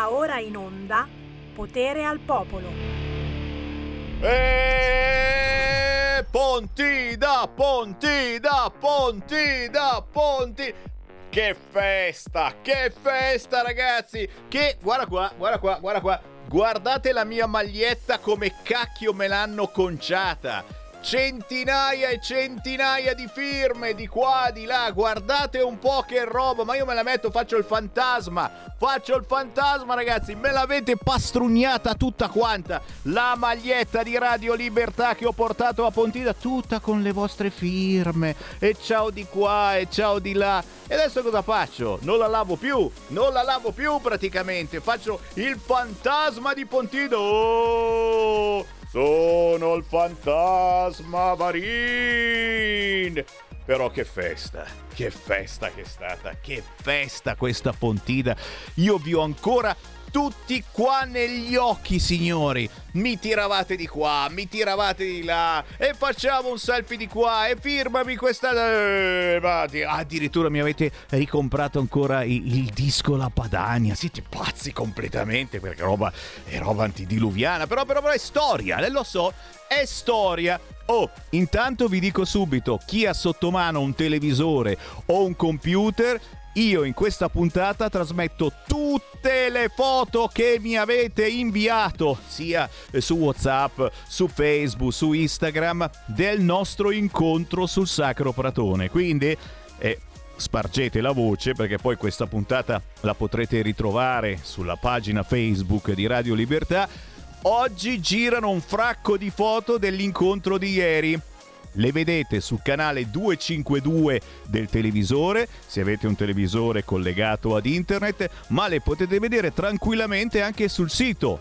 Va ora in onda Potere al Popolo. Pontida! Che festa ragazzi! Guarda qua. Guardate la mia maglietta come cacchio me l'hanno conciata. Centinaia e centinaia di firme di qua, di là, guardate un po' che roba, ma io me la metto, faccio il fantasma ragazzi, me l'avete pastrugnata tutta quanta, la maglietta di Radio Libertà che ho portato a Pontida, tutta con le vostre firme, e ciao di qua e ciao di là, e adesso cosa faccio? Non la lavo più praticamente, faccio il fantasma di Pontida, sono il fantasma Varin. Però che festa che è stata, che festa questa Pontida. Io vi ho ancora tutti qua negli occhi, signori. Mi tiravate di qua, mi tiravate di là, e facciamo un selfie di qua, e firmami questa... addirittura mi avete ricomprato ancora il disco La Padania. Siete pazzi completamente, perché è roba antidiluviana, però è storia, lo so, è storia. Oh, intanto vi dico subito, chi ha sotto mano un televisore o un computer, io in questa puntata trasmetto tutte le foto che mi avete inviato, sia su WhatsApp, su Facebook, su Instagram, del nostro incontro sul Sacro Pratone. Quindi spargete la voce, perché poi questa puntata la potrete ritrovare sulla pagina Facebook di Radio Libertà. Oggi girano un fracco di foto dell'incontro di ieri. Le vedete sul canale 252 del televisore, se avete un televisore collegato ad internet, ma le potete vedere tranquillamente anche sul sito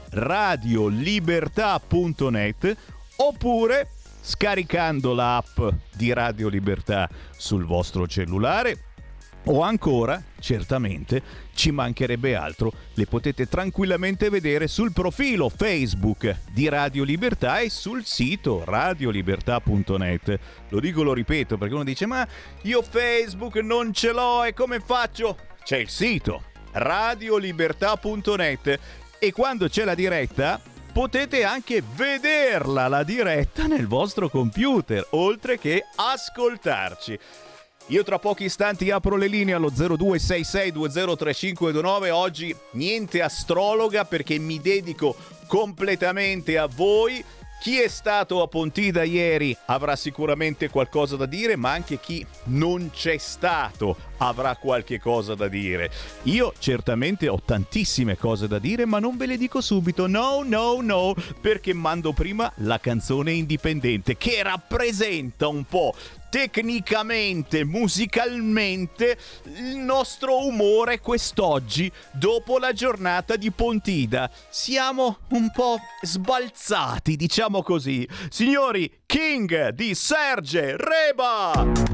radiolibertà.net, oppure scaricando l'app di Radio Libertà sul vostro cellulare, o ancora, certamente, ci mancherebbe altro, le potete tranquillamente vedere sul profilo Facebook di Radio Libertà e sul sito radiolibertà.net. Lo dico, lo ripeto, perché uno dice: ma io Facebook non ce l'ho, e come faccio? C'è il sito radiolibertà.net, e quando c'è la diretta potete anche vederla, la diretta, nel vostro computer, oltre che ascoltarci. Io tra pochi istanti apro le linee allo 0266203529. Oggi niente astrologa, perché mi dedico completamente a voi. Chi è stato a Pontida ieri avrà sicuramente qualcosa da dire, ma anche chi non c'è stato avrà qualche cosa da dire. Io certamente ho tantissime cose da dire, ma non ve le dico subito. No, perché mando prima la canzone indipendente, che rappresenta un po' tecnicamente, musicalmente, il nostro umore quest'oggi, dopo la giornata di Pontida. Siamo un po' sbalzati, diciamo così. Signori, King di Serge Reba!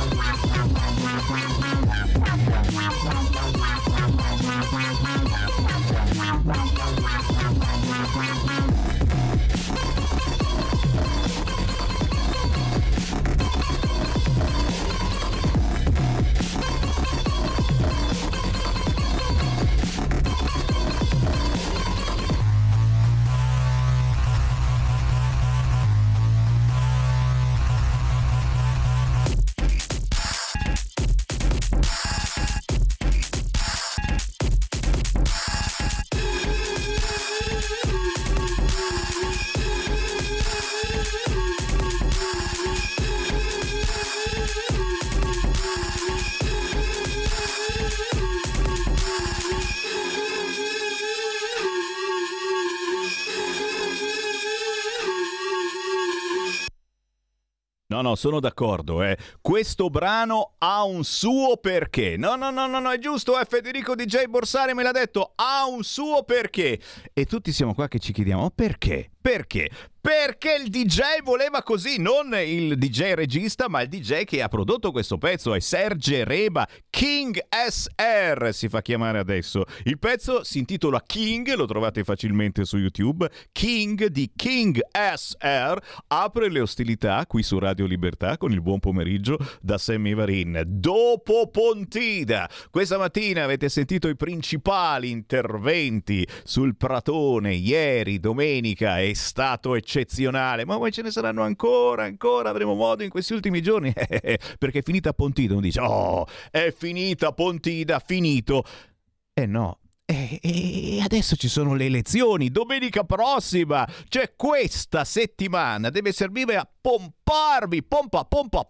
No, sono d'accordo, Questo brano ha un suo perché. No, è giusto, Federico DJ Borsari me l'ha detto, ha un suo perché. E tutti siamo qua che ci chiediamo, perché? Perché? Perché il DJ voleva così, non il DJ regista, ma il DJ che ha prodotto questo pezzo, è Serge Reba, King SR si fa chiamare adesso. Il pezzo si intitola King, lo trovate facilmente su YouTube. King di King SR apre le ostilità qui su Radio Libertà con il buon pomeriggio da Sammy Varin. Dopo Pontida, questa mattina avete sentito i principali interventi sul Pratone ieri, domenica, è stato eccezionale, ma poi ce ne saranno ancora, avremo modo in questi ultimi giorni, perché è finita Pontida, uno dice, oh, è finita Pontida, finito. No. E adesso ci sono le elezioni, domenica prossima, cioè questa settimana deve servire a pomparvi, pompa,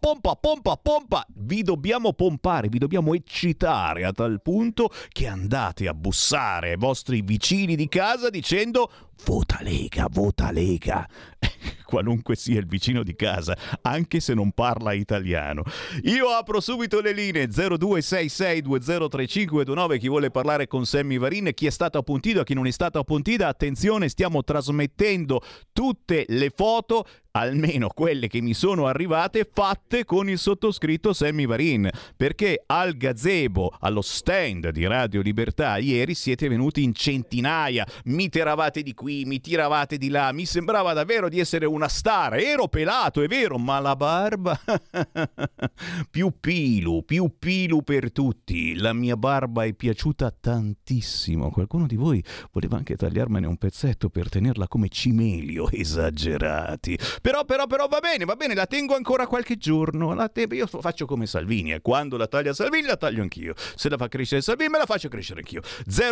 vi dobbiamo pompare, vi dobbiamo eccitare a tal punto che andate a bussare ai vostri vicini di casa dicendo vota Lega, qualunque sia il vicino di casa, anche se non parla italiano. Io apro subito le linee 0266203529, chi vuole parlare con Sammy Varin, chi è stato a Pontida, chi non è stato a Pontida, attenzione, stiamo trasmettendo tutte le foto, almeno quelle che mi sono arrivate, fatte con il sottoscritto Sammy Varin, perché al gazebo, allo stand di Radio Libertà ieri siete venuti in centinaia, mi tiravate di qui, mi tiravate di là, mi sembrava davvero di essere una star, ero pelato, è vero, ma la barba più pilu per tutti, la mia barba è piaciuta tantissimo, qualcuno di voi voleva anche tagliarmene un pezzetto per tenerla come cimelio, esagerati. Però va bene, la tengo ancora qualche giorno. Io faccio come Salvini, e quando la taglia Salvini la taglio anch'io. Se la fa crescere Salvini me la faccio crescere anch'io.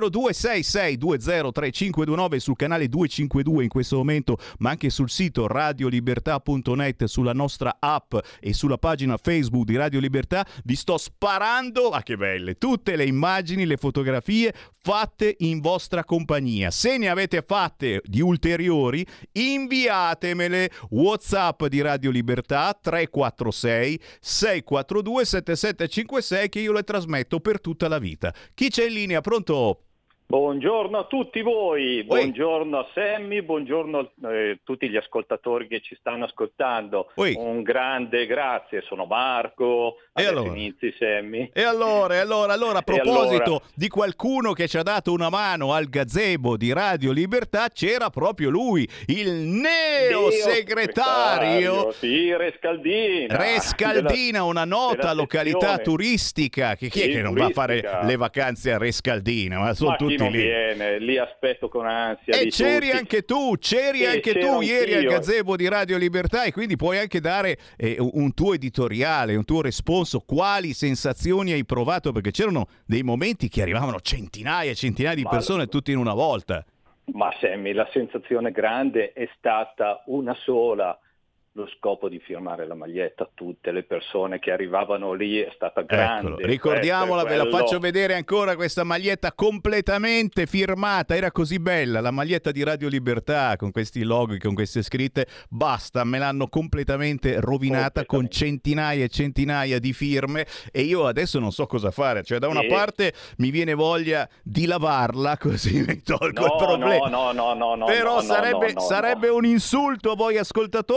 0266203529 sul canale 252 in questo momento, ma anche sul sito radiolibertà.net, sulla nostra app e sulla pagina Facebook di Radio Libertà. Vi sto sparando, che belle, tutte le immagini, le fotografie fatte in vostra compagnia. Se ne avete fatte di ulteriori, inviatemele. WhatsApp di Radio Libertà 346 642 7756, che io le trasmetto per tutta la vita. Chi c'è in linea? Pronto? Buongiorno a tutti voi, buongiorno a Sammy, buongiorno a tutti gli ascoltatori che ci stanno ascoltando. Un grande grazie, sono Marco, allora inizi Sammy. E allora, a proposito di qualcuno che ci ha dato una mano al gazebo di Radio Libertà, c'era proprio lui, il neo segretario. Sì, Rescaldina, una nota località turistica. Chi è che non va a fare le vacanze a Rescaldina? Ma sono tutti non viene, lì aspetto con ansia. E c'eri anche tu ieri al gazebo di Radio Libertà, e quindi puoi anche dare un tuo editoriale, un tuo responso, quali sensazioni hai provato, perché c'erano dei momenti che arrivavano centinaia e centinaia di persone tutti in una volta. Ma Sammy, la sensazione grande è stata una sola: lo scopo di firmare la maglietta a tutte le persone che arrivavano lì è stata grande. Eccolo, ricordiamola, ve la faccio vedere ancora questa maglietta completamente firmata, era così bella la maglietta di Radio Libertà con questi loghi, con queste scritte, basta, me l'hanno completamente rovinata con centinaia e centinaia di firme, e io adesso non so cosa fare, cioè da una parte mi viene voglia di lavarla così mi tolgo il problema, no, però sarebbe un insulto a voi ascoltatori, per cui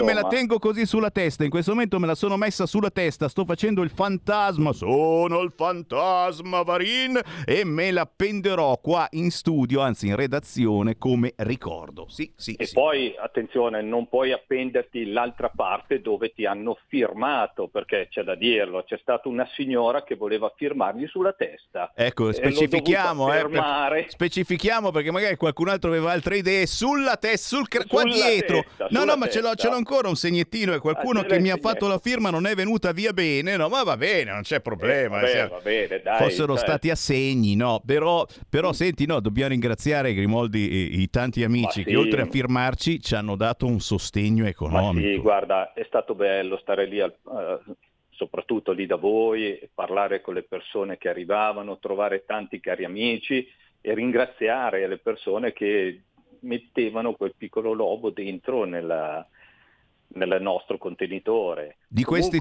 me la tengo così sulla testa, in questo momento me la sono messa sulla testa, sto facendo il fantasma, sono il fantasma Varin, e me la appenderò qua in studio, anzi in redazione, come ricordo. Sì. Poi, attenzione, non puoi appenderti l'altra parte dove ti hanno firmato, perché c'è da dirlo, c'è stata una signora che voleva firmargli sulla testa. Ecco, specifichiamo perché magari qualcun altro aveva altre idee sulla testa, qua dietro. Ma ce l'ho ancora un segnettino, e qualcuno che mi ha fatto la firma non è venuta via bene, no, ma va bene, non c'è problema. Va bene, dai. Fossero stati assegni, no, però senti, no, dobbiamo ringraziare Grimoldi, i tanti amici che oltre a firmarci ci hanno dato un sostegno economico. Ma sì, guarda, è stato bello stare lì soprattutto lì da voi, parlare con le persone che arrivavano, trovare tanti cari amici e ringraziare le persone che mettevano quel piccolo lobo dentro nel nostro contenitore. Di questi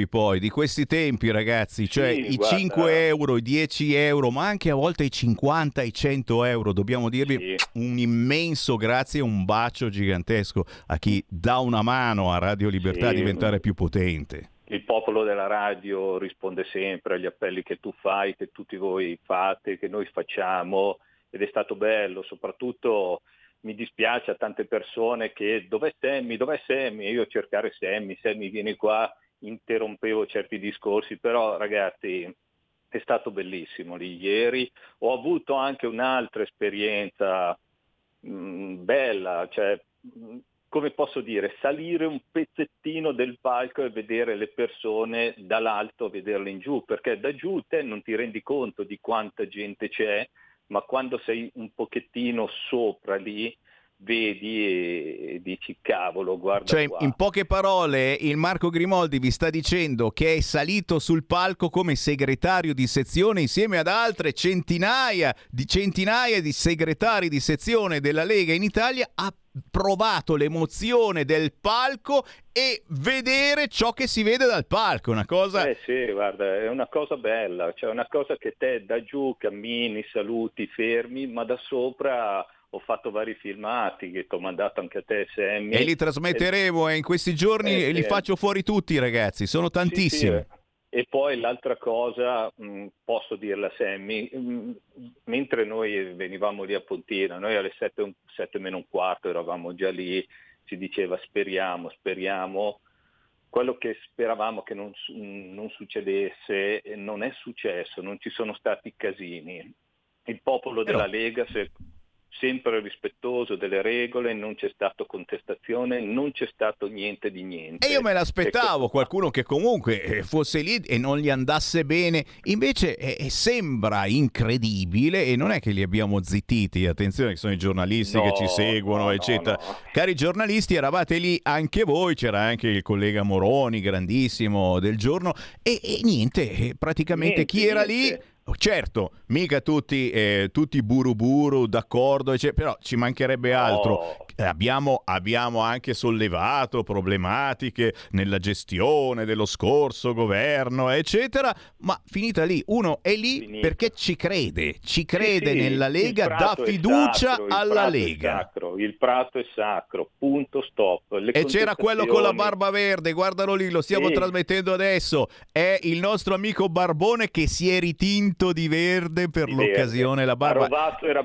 tempi ragazzi, cioè i 5 euro, i 10 euro, ma anche a volte i 50, i 100 euro, dobbiamo dirvi un immenso grazie e un bacio gigantesco a chi dà una mano a Radio Libertà a diventare più potente. Il popolo della radio risponde sempre agli appelli che tu fai, che tutti voi fate, che noi facciamo, ed è stato bello. Soprattutto mi dispiace a tante persone che dov'è Sammy? Io cercare Sammy vieni qua, interrompevo certi discorsi, però ragazzi è stato bellissimo lì ieri. Ho avuto anche un'altra esperienza bella, cioè come posso dire, salire un pezzettino del palco e vedere le persone dall'alto, vederle in giù, perché da giù te non ti rendi conto di quanta gente c'è, ma quando sei un pochettino sopra lì vedi e dici cavolo, guarda, cioè qua. In poche parole il Marco Grimoldi vi sta dicendo che è salito sul palco come segretario di sezione insieme ad altre centinaia di segretari di sezione della Lega in Italia, ha provato l'emozione del palco e vedere ciò che si vede dal palco, una cosa... sì, guarda, è una cosa bella, cioè una cosa che te da giù cammini, saluti, fermi, ma da sopra ho fatto vari filmati che ti ho mandato anche a te, Sammy. E li trasmetteremo in questi giorni, li faccio fuori tutti, ragazzi, sono tantissimi. Sì. E poi l'altra cosa, posso dirla Sammy, mentre noi venivamo lì a Pontina, noi alle 7 meno un quarto eravamo già lì, si diceva speriamo, quello che speravamo che non succedesse non è successo, non ci sono stati casini. Il popolo della Lega si è sempre rispettoso delle regole, non c'è stato contestazione, non c'è stato niente di niente. E io me l'aspettavo, qualcuno che comunque fosse lì e non gli andasse bene, invece sembra incredibile, e non è che li abbiamo zittiti, attenzione che sono i giornalisti che ci seguono, eccetera. No. Cari giornalisti, eravate lì anche voi, c'era anche il collega Moroni, grandissimo del Giorno, e niente, praticamente chi era lì... Certo, mica tutti buruburu, d'accordo, però ci mancherebbe altro. Abbiamo anche sollevato problematiche nella gestione dello scorso governo, eccetera, ma finita lì, uno è lì perché ci crede nella Lega, dà fiducia alla Lega. Il prato è sacro, punto, stop. E c'era quello con la barba verde, guardalo lì, lo stiamo trasmettendo adesso, è il nostro amico Barbone che si è ritinto di verde per l'occasione, la barba. Rovato era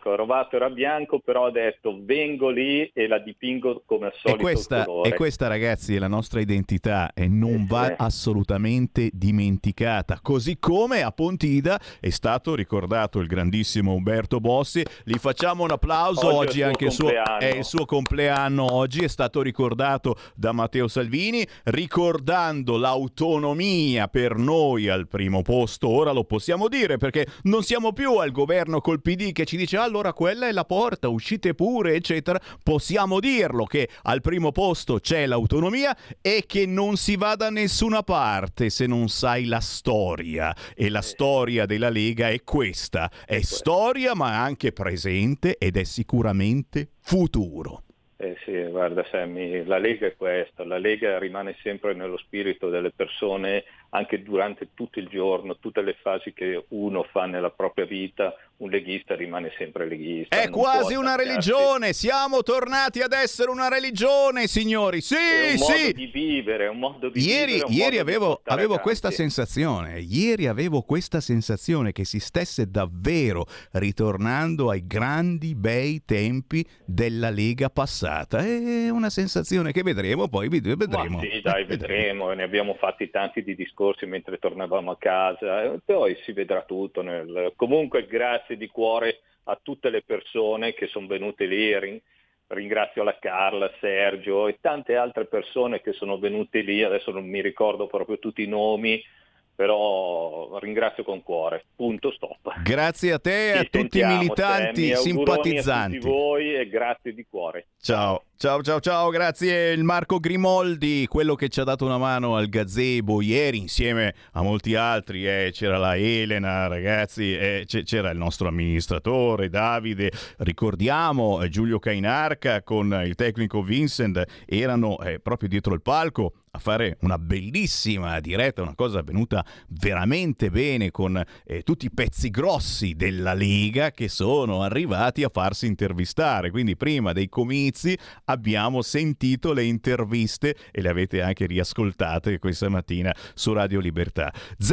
bianco, però ha detto vengo lì e la dipingo come al solito colore. E questa ragazzi è la nostra identità e non va assolutamente dimenticata, così come a Pontida è stato ricordato il grandissimo Umberto Bossi. Gli facciamo un applauso, oggi anche è il suo compleanno, oggi è stato ricordato da Matteo Salvini, ricordando l'autonomia per noi al primo posto. Ora lo possiamo dire perché non siamo più al governo col PD che ci dice allora quella è la porta, uscite pure, eccetera. Possiamo dirlo che al primo posto c'è l'autonomia e che non si va da nessuna parte se non sai la storia, e la storia della Lega è questa, è storia ma anche presente ed è sicuramente futuro. Sì, guarda Sammy, la Lega è questa, la Lega rimane sempre nello spirito delle persone anche durante tutto il giorno, tutte le fasi che uno fa nella propria vita, un leghista rimane sempre leghista. È non quasi può una attaccarsi. religione, siamo tornati ad essere una religione, signori. Sì, È un modo sì. di vivere, è un modo di vivere, un Ieri modo di avevo portare questa avanti. sensazione, che si stesse davvero ritornando ai grandi bei tempi della Lega passata. È una sensazione che vedremo, poi vedremo. Ma sì, dai, vedremo, ne abbiamo fatti tanti di discorsi mentre tornavamo a casa, poi si vedrà tutto. Comunque grazie di cuore a tutte le persone che sono venute lì, ringrazio la Carla, Sergio e tante altre persone che sono venute lì, adesso non mi ricordo proprio tutti i nomi, però ringrazio con cuore, punto, stop. Grazie a te e a Ci tutti i sentiamo, militanti Sammy, auguroni simpatizzanti. a tutti voi e grazie di cuore. Ciao, grazie il Marco Grimoldi, quello che ci ha dato una mano al gazebo ieri insieme a molti altri, c'era la Elena, ragazzi, c'era il nostro amministratore Davide, ricordiamo Giulio Cainarca con il tecnico Vincent, erano proprio dietro il palco a fare una bellissima diretta, una cosa venuta veramente bene con tutti i pezzi grossi della Lega che sono arrivati a farsi intervistare, quindi prima dei comizi abbiamo sentito le interviste e le avete anche riascoltate questa mattina su Radio Libertà.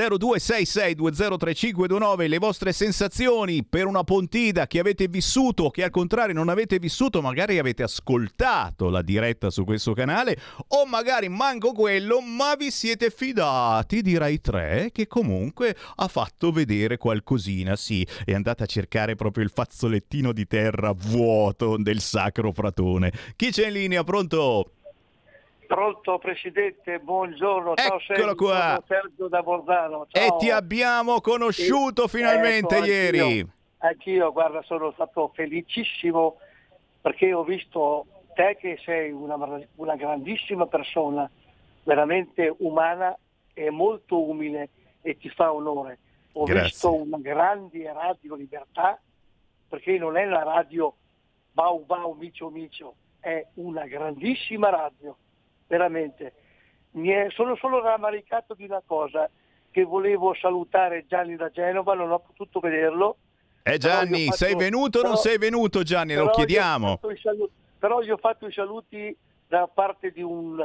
0266203529, le vostre sensazioni per una Pontida che avete vissuto o che al contrario non avete vissuto, magari avete ascoltato la diretta su questo canale o magari manco quello, ma vi siete fidati di Rai 3 che comunque ha fatto vedere qualcosina, sì, e andate a cercare proprio il fazzolettino di terra vuoto del Sacro Pratone. Chi c'è in linea? Pronto? Pronto Presidente, buongiorno, ciao Eccolo qua. sono Sergio da Bolzano. Ciao. E ti abbiamo conosciuto finalmente ieri. Anch'io, guarda, sono stato felicissimo perché ho visto te che sei una grandissima persona, veramente umana e molto umile e ti fa onore. Ho Grazie. visto una grande Radio Libertà, perché non è la radio Bau Bau Micio Micio, è una grandissima radio, veramente. Sono solo rammaricato di una cosa, che volevo salutare Gianni da Genova, non ho potuto vederlo. Gianni, sei venuto o non sei venuto Gianni? Lo chiediamo. Però gli ho fatto i saluti da parte di un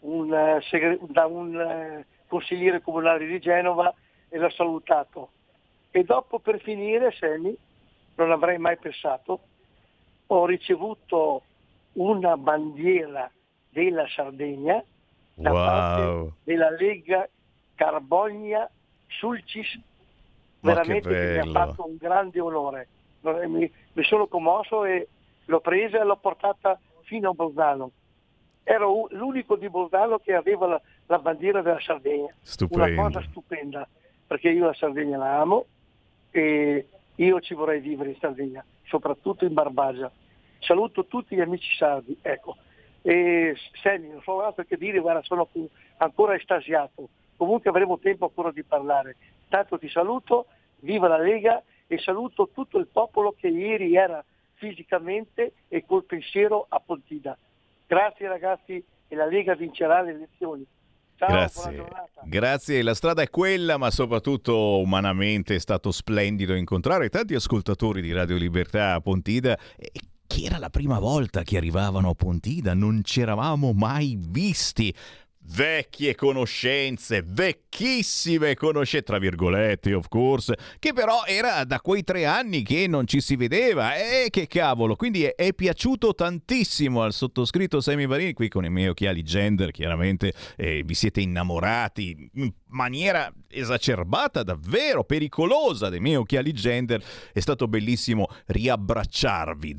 consigliere comunale di Genova e l'ho salutato. E dopo, per finire, Semi, non avrei mai pensato, ho ricevuto una bandiera della Sardegna da parte della Lega Carbogna Sulcis, veramente che mi ha fatto un grande onore. Mi sono commosso e l'ho presa e l'ho portata fino a Bolzano. Ero l'unico di Bolzano che aveva la bandiera della Sardegna. Stupendo. Una cosa stupenda, perché io la Sardegna la amo e io ci vorrei vivere in Sardegna, soprattutto in Barbagia. Saluto tutti gli amici sardi, ecco. E Sammy, non so altro che dire, guarda, sono ancora estasiato. Comunque avremo tempo ancora di parlare. Tanto ti saluto, viva la Lega e saluto tutto il popolo che ieri era fisicamente e col pensiero a Pontida. Grazie ragazzi e la Lega vincerà le elezioni. Ciao, buona giornata. Grazie, la strada è quella, ma soprattutto umanamente è stato splendido incontrare tanti ascoltatori di Radio Libertà a Pontida, che era la prima volta che arrivavano a Pontida, non ci eravamo mai visti. Vecchie conoscenze, vecchissime conoscenze, tra virgolette, of course, che però era da quei 3 anni che non ci si vedeva, che cavolo, quindi è piaciuto tantissimo al sottoscritto Sammy Varini, qui con i miei occhiali gender, chiaramente vi siete innamorati in maniera esacerbata, davvero pericolosa dei miei occhiali gender, è stato bellissimo riabbracciarvi.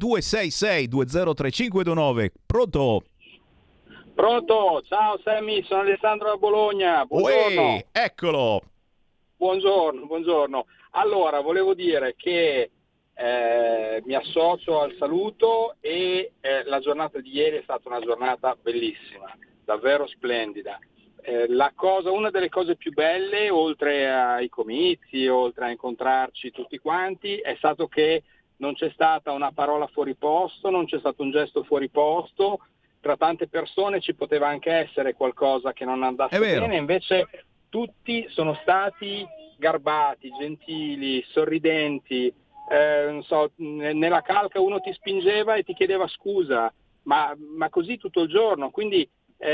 0266203529, pronto? Pronto, ciao Sammy, sono Alessandro da Bologna, buongiorno. Eccolo. Buongiorno. Allora, volevo dire che mi associo al saluto e la giornata di ieri è stata una giornata bellissima, davvero splendida. Una delle cose più belle, oltre ai comizi, oltre a incontrarci tutti quanti, è stato che non c'è stata una parola fuori posto, non c'è stato un gesto fuori posto. Tra tante persone ci poteva anche essere qualcosa che non andasse bene, invece tutti sono stati garbati, gentili, sorridenti, non so, nella calca uno ti spingeva e ti chiedeva scusa, ma così tutto il giorno, quindi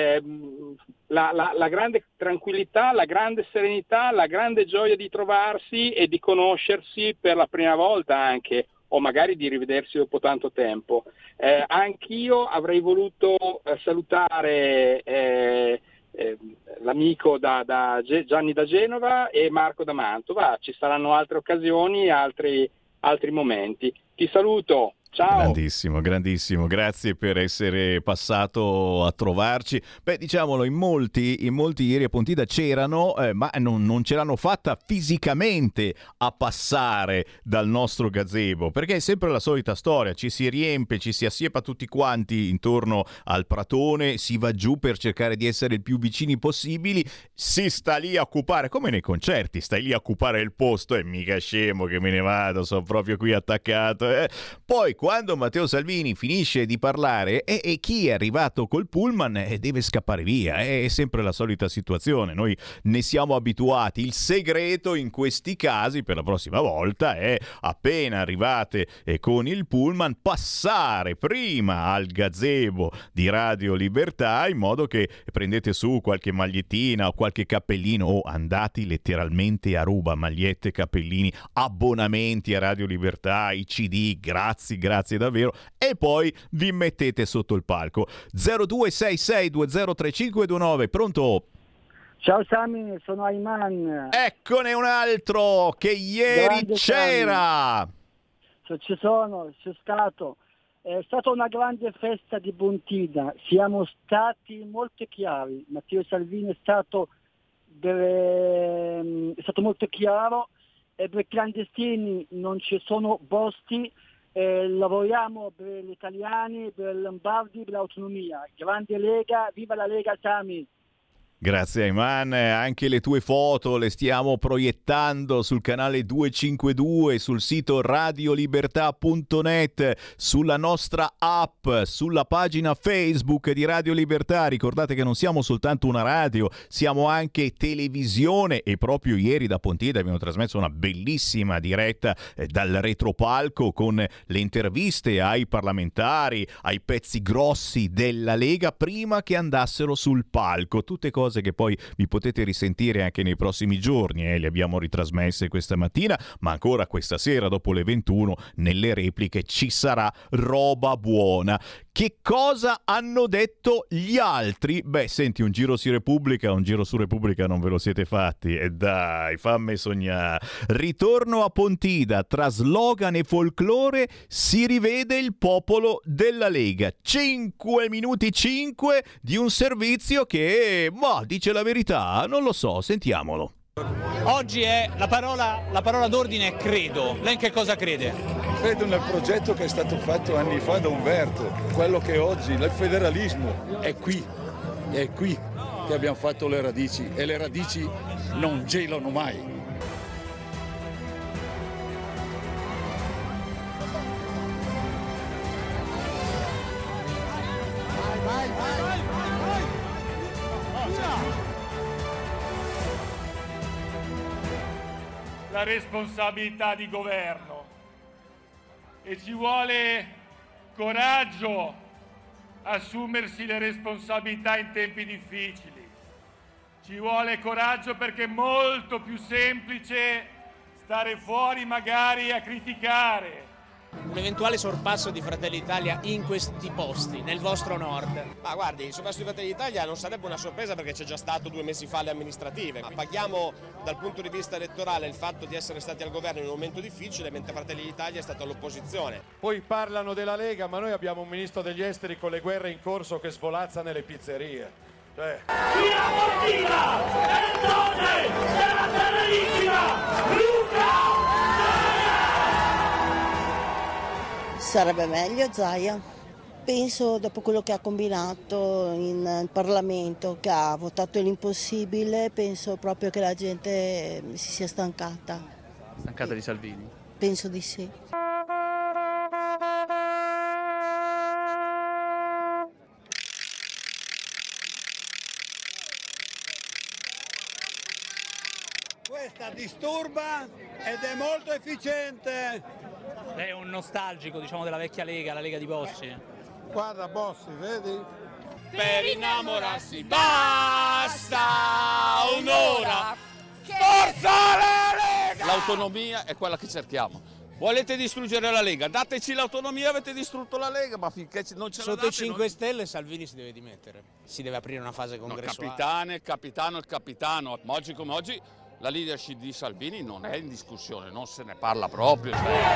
la grande tranquillità, la grande serenità, la grande gioia di trovarsi e di conoscersi per la prima volta anche, o magari di rivedersi dopo tanto tempo. Anch'io avrei voluto salutare l'amico Gianni da Genova e Marco da Mantova. Ci saranno altre occasioni, altri momenti. Ti saluto. Ciao. Grandissimo, grandissimo, grazie per essere passato a trovarci. Beh, diciamolo, in molti ieri a Pontida c'erano, ma non ce l'hanno fatta fisicamente a passare dal nostro gazebo, perché è sempre la solita storia, ci si riempie, ci si assiepa tutti quanti intorno al pratone, si va giù per cercare di essere il più vicini possibili, si sta lì a occupare, come nei concerti, stai lì a occupare il posto e mica scemo che me ne vado, sono proprio qui attaccato. Poi quando Matteo Salvini finisce di parlare e chi è arrivato col pullman deve scappare via, è sempre la solita situazione, noi ne siamo abituati. Il segreto in questi casi per la prossima volta è, appena arrivate con il pullman, passare prima al gazebo di Radio Libertà, in modo che prendete su qualche magliettina o qualche cappellino, o andati letteralmente a ruba, magliette, cappellini, abbonamenti a Radio Libertà, i CD, grazie davvero, e poi vi mettete sotto il palco. 0266203529, pronto? Ciao Sami, sono Ayman. Eccone un altro che ieri Grande c'era. Ci sono, c'è stato. È stata una grande festa di Pontida, siamo stati molto chiari. Matteo Salvini è stato molto chiaro, e per i clandestini non ci sono posti. Lavoriamo per gli italiani, per i lombardi, per l'autonomia. Grande Lega, viva la Lega, Sami! Grazie Ayman, anche le tue foto le stiamo proiettando sul canale 252, sul sito radiolibertà.net, sulla nostra app, sulla pagina Facebook di Radio Libertà. Ricordate che non siamo soltanto una radio, siamo anche televisione, e proprio ieri da Pontida abbiamo trasmesso una bellissima diretta dal retropalco con le interviste ai parlamentari, ai pezzi grossi della Lega prima che andassero sul palco. Tutte cose che poi vi potete risentire anche nei prossimi giorni, le abbiamo ritrasmesse questa mattina, ma ancora questa sera dopo le 21 nelle repliche ci sarà roba buona. Che cosa hanno detto gli altri? Beh, senti, un giro su Repubblica non ve lo siete fatti, e dai, fammi sognare. Ritorno a Pontida, tra slogan e folklore si rivede il popolo della Lega. 5 minuti 5 di un servizio che, dice la verità, non lo so, sentiamolo. Oggi è la parola d'ordine è credo. Lei in che cosa crede? Credo nel progetto che è stato fatto anni fa da Umberto, quello che oggi, il federalismo, è qui che abbiamo fatto le radici, e le radici non gelano mai. La responsabilità di governo, e ci vuole coraggio assumersi le responsabilità in tempi difficili. Ci vuole coraggio, perché è molto più semplice stare fuori magari a criticare. Un eventuale sorpasso di Fratelli d'Italia in questi posti, nel vostro nord? Ma guardi, il sorpasso di Fratelli d'Italia non sarebbe una sorpresa, perché c'è già stato 2 mesi fa alle amministrative. Ma paghiamo dal punto di vista elettorale il fatto di essere stati al governo in un momento difficile, mentre Fratelli d'Italia è stato all'opposizione. Poi parlano della Lega, ma noi abbiamo un ministro degli esteri con le guerre in corso che svolazza nelle pizzerie. Via Pontida! E donne della Tenerissima! Luca! Sarebbe meglio Zaia. Penso, dopo quello che ha combinato in Parlamento, che ha votato l'impossibile, penso proprio che la gente si sia stancata. Stancata di Salvini? Penso di sì. Questa disturba ed è molto efficiente. Lei è un nostalgico, diciamo, della vecchia Lega, la Lega di Bossi. Guarda Bossi, vedi? Per innamorarsi basta un'ora. Forza la Lega! L'autonomia è quella che cerchiamo. Volete distruggere la Lega? Dateci l'autonomia, avete distrutto la Lega, ma finché non ce la date... Sotto i 5 Stelle Salvini si deve dimettere, si deve aprire una fase congressuale. Il capitano, ma oggi come oggi la leadership di Salvini non è in discussione, non se ne parla proprio.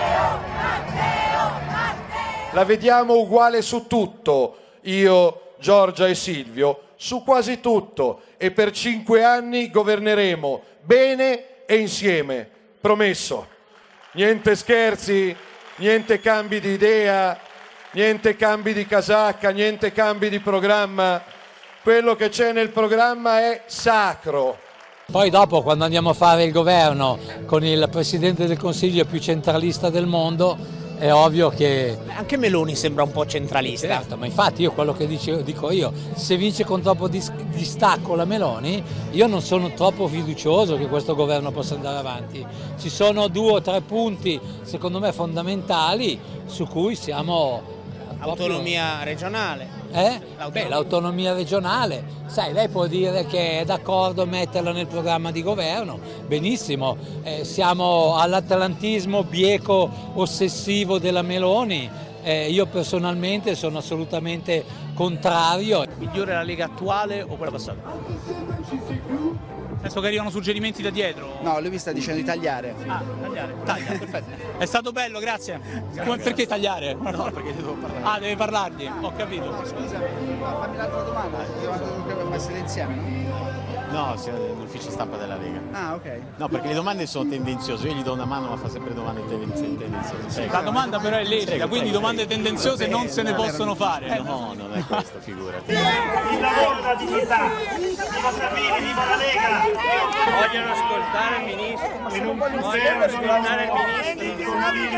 La vediamo uguale su tutto, io, Giorgia e Silvio, su quasi tutto, e per 5 anni governeremo bene e insieme, promesso. Niente scherzi, niente cambi di idea, niente cambi di casacca, niente cambi di programma. Quello che c'è nel programma è sacro. Poi dopo, quando andiamo a fare il governo con il Presidente del Consiglio più centralista del mondo, è ovvio che... Anche Meloni sembra un po' centralista. Certo, ma infatti io quello che dico io, se vince con troppo distacco la Meloni, io non sono troppo fiducioso che questo governo possa andare avanti. Ci sono 2 o 3 punti, secondo me, fondamentali su cui siamo... Autonomia regionale. L'autonomia regionale. Sai, lei può dire che è d'accordo a metterla nel programma di governo, benissimo. Siamo all'atlantismo bieco ossessivo della Meloni. Io personalmente sono assolutamente contrario. Migliore la Lega attuale o quella passata? Penso che arrivano suggerimenti da dietro. No, lui mi sta dicendo di tagliare. Ah, tagliare. Taglia, perfetto. È stato bello, grazie. Perché tagliare? No, perché devo parlare. Ah, deve parlargli, ho capito. Scusami, fammi l'altra domanda. Dobbiamo essere insieme, no? No, siamo nell'ufficio stampa della Lega. Ah, ok. No, perché le domande sono tendenziose. Io gli do una mano, ma fa sempre domande tendenziose. La domanda però è lecita, quindi domande tendenziose non se ne possono fare. No, non è questo, figurati. Viva la dignità! Viva Salvini, viva la Lega! Vogliono ascoltare il ministro. Vogliono ascoltare il ministro.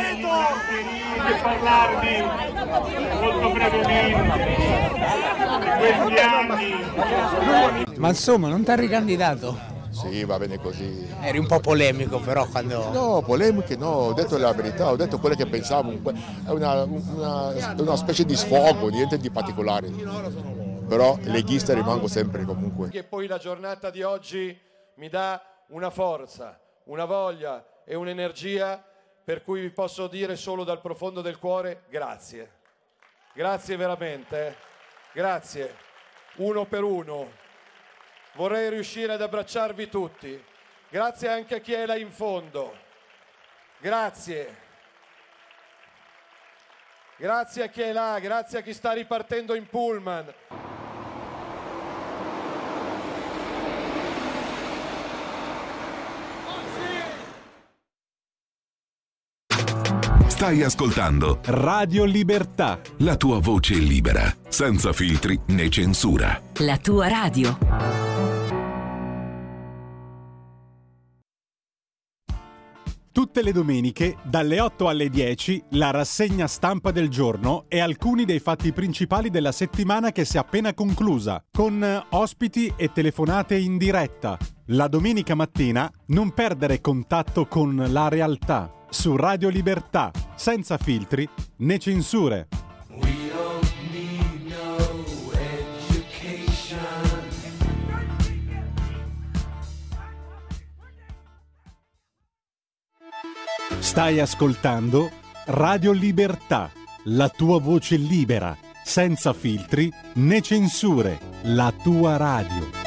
E parlarvi molto brevemente questi anni. Ma insomma, non ti hai ricandidato? Sì, va bene così. Eri un po' polemico però quando... No, polemiche no, ho detto la verità, ho detto quello che pensavo, è una specie di sfogo, niente di particolare. Però leghista rimango sempre comunque. E poi la giornata di oggi mi dà una forza, una voglia e un'energia per cui vi posso dire solo dal profondo del cuore grazie. Grazie veramente, grazie, uno per uno. Vorrei riuscire ad abbracciarvi tutti. Grazie anche a chi è là in fondo. Grazie. Grazie a chi è là, grazie a chi sta ripartendo in pullman. Stai ascoltando Radio Libertà, la tua voce libera, senza filtri né censura. La tua radio. Tutte le domeniche, dalle 8 alle 10, la rassegna stampa del giorno e alcuni dei fatti principali della settimana che si è appena conclusa, con ospiti e telefonate in diretta. La domenica mattina non perdere contatto con la realtà. Su Radio Libertà, senza filtri né censure. Stai ascoltando Radio Libertà, la tua voce libera, senza filtri né censure, la tua radio.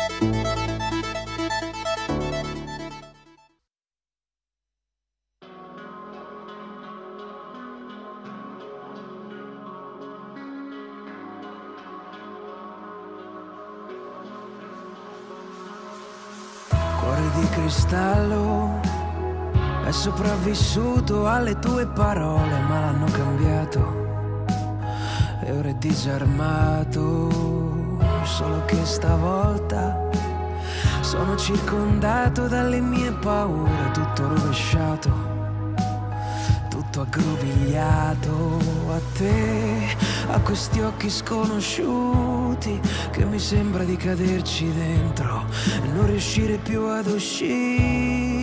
Cuore di cristallo, è sopravvissuto alle tue parole, ma l'hanno cambiato e ora è disarmato. Solo che stavolta sono circondato dalle mie paure, tutto rovesciato, tutto aggrovigliato. A te, a questi occhi sconosciuti, che mi sembra di caderci dentro e non riuscire più ad uscire.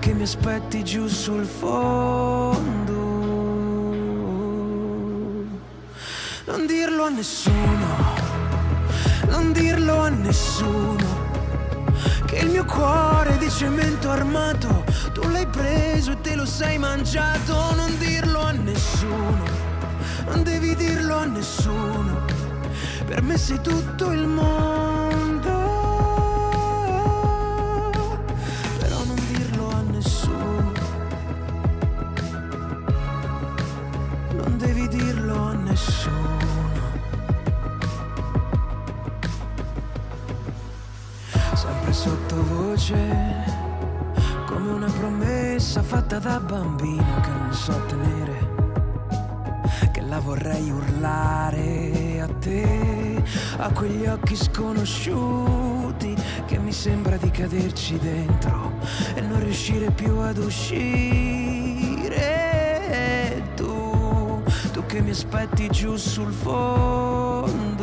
che mi aspetti giù sul fondo. Non dirlo a nessuno, non dirlo a nessuno, che il mio cuore di cemento armato tu l'hai preso e te lo sei mangiato. Non dirlo a nessuno, non devi dirlo a nessuno, per me sei tutto il mondo. Però non dirlo a nessuno, non devi dirlo a nessuno. Sempre sottovoce, come una promessa fatta da bambino che non so tenere, che la vorrei urlare a te, a quegli occhi sconosciuti, che mi sembra di caderci dentro e non riuscire più ad uscire. Tu che mi aspetti giù sul fondo.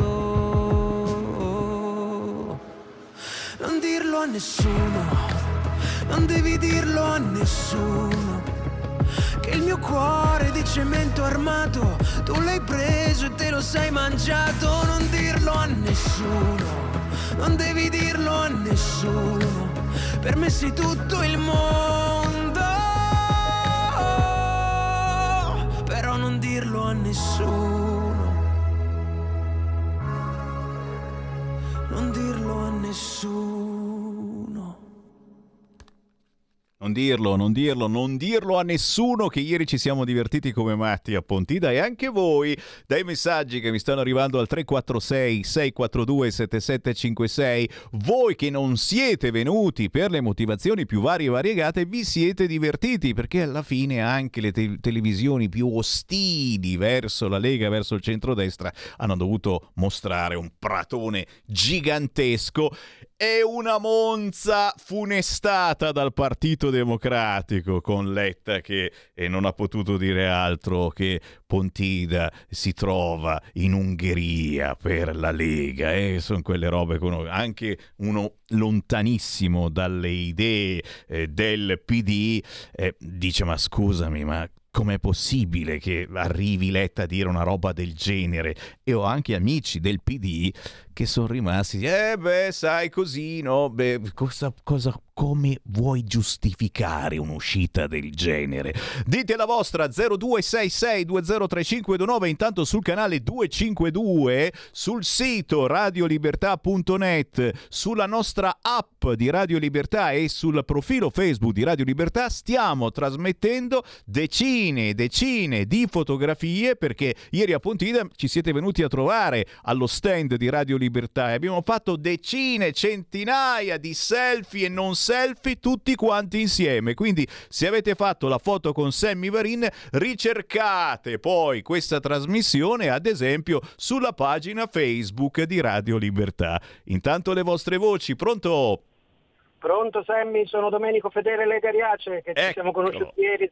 Non dirlo a nessuno, non devi dirlo a nessuno, che il mio cuore di cemento armato tu l'hai preso e te lo sei mangiato. Non dirlo a nessuno, non devi dirlo a nessuno, per me sei tutto il mondo. Però non dirlo a nessuno, non dirlo a nessuno. Non dirlo a nessuno che ieri ci siamo divertiti come matti a Pontida, e anche voi dai messaggi che mi stanno arrivando al 346 642 7756. Voi che non siete venuti per le motivazioni più varie e variegate vi siete divertiti, perché alla fine anche le televisioni più ostili verso la Lega, verso il centrodestra, hanno dovuto mostrare un pratone gigantesco e una Monza funestata dal Partito Democratico, con Letta che non ha potuto dire altro che Pontida si trova in Ungheria per la Lega. Sono quelle robe con anche uno lontanissimo dalle idee del PD dice: ma scusami, ma com'è possibile che arrivi Letta a dire una roba del genere? E ho anche amici del PD che sono rimasti, sai, così, no? Come vuoi giustificare un'uscita del genere? Dite la vostra 0266203529. Intanto sul canale 252, sul sito radiolibertà.net, sulla nostra app di Radio Libertà e sul profilo Facebook di Radio Libertà stiamo trasmettendo decine e decine di fotografie, perché ieri a Pontida ci siete venuti a trovare allo stand di Radio Libertà e abbiamo fatto decine, centinaia di selfie e non selfie tutti quanti insieme. Quindi se avete fatto la foto con Sammy Varin, ricercate poi questa trasmissione ad esempio sulla pagina Facebook di Radio Libertà. Intanto le vostre voci. Pronto? Pronto Sammy, sono Domenico Fedele Lega Riace, che ci siamo conosciuti ieri.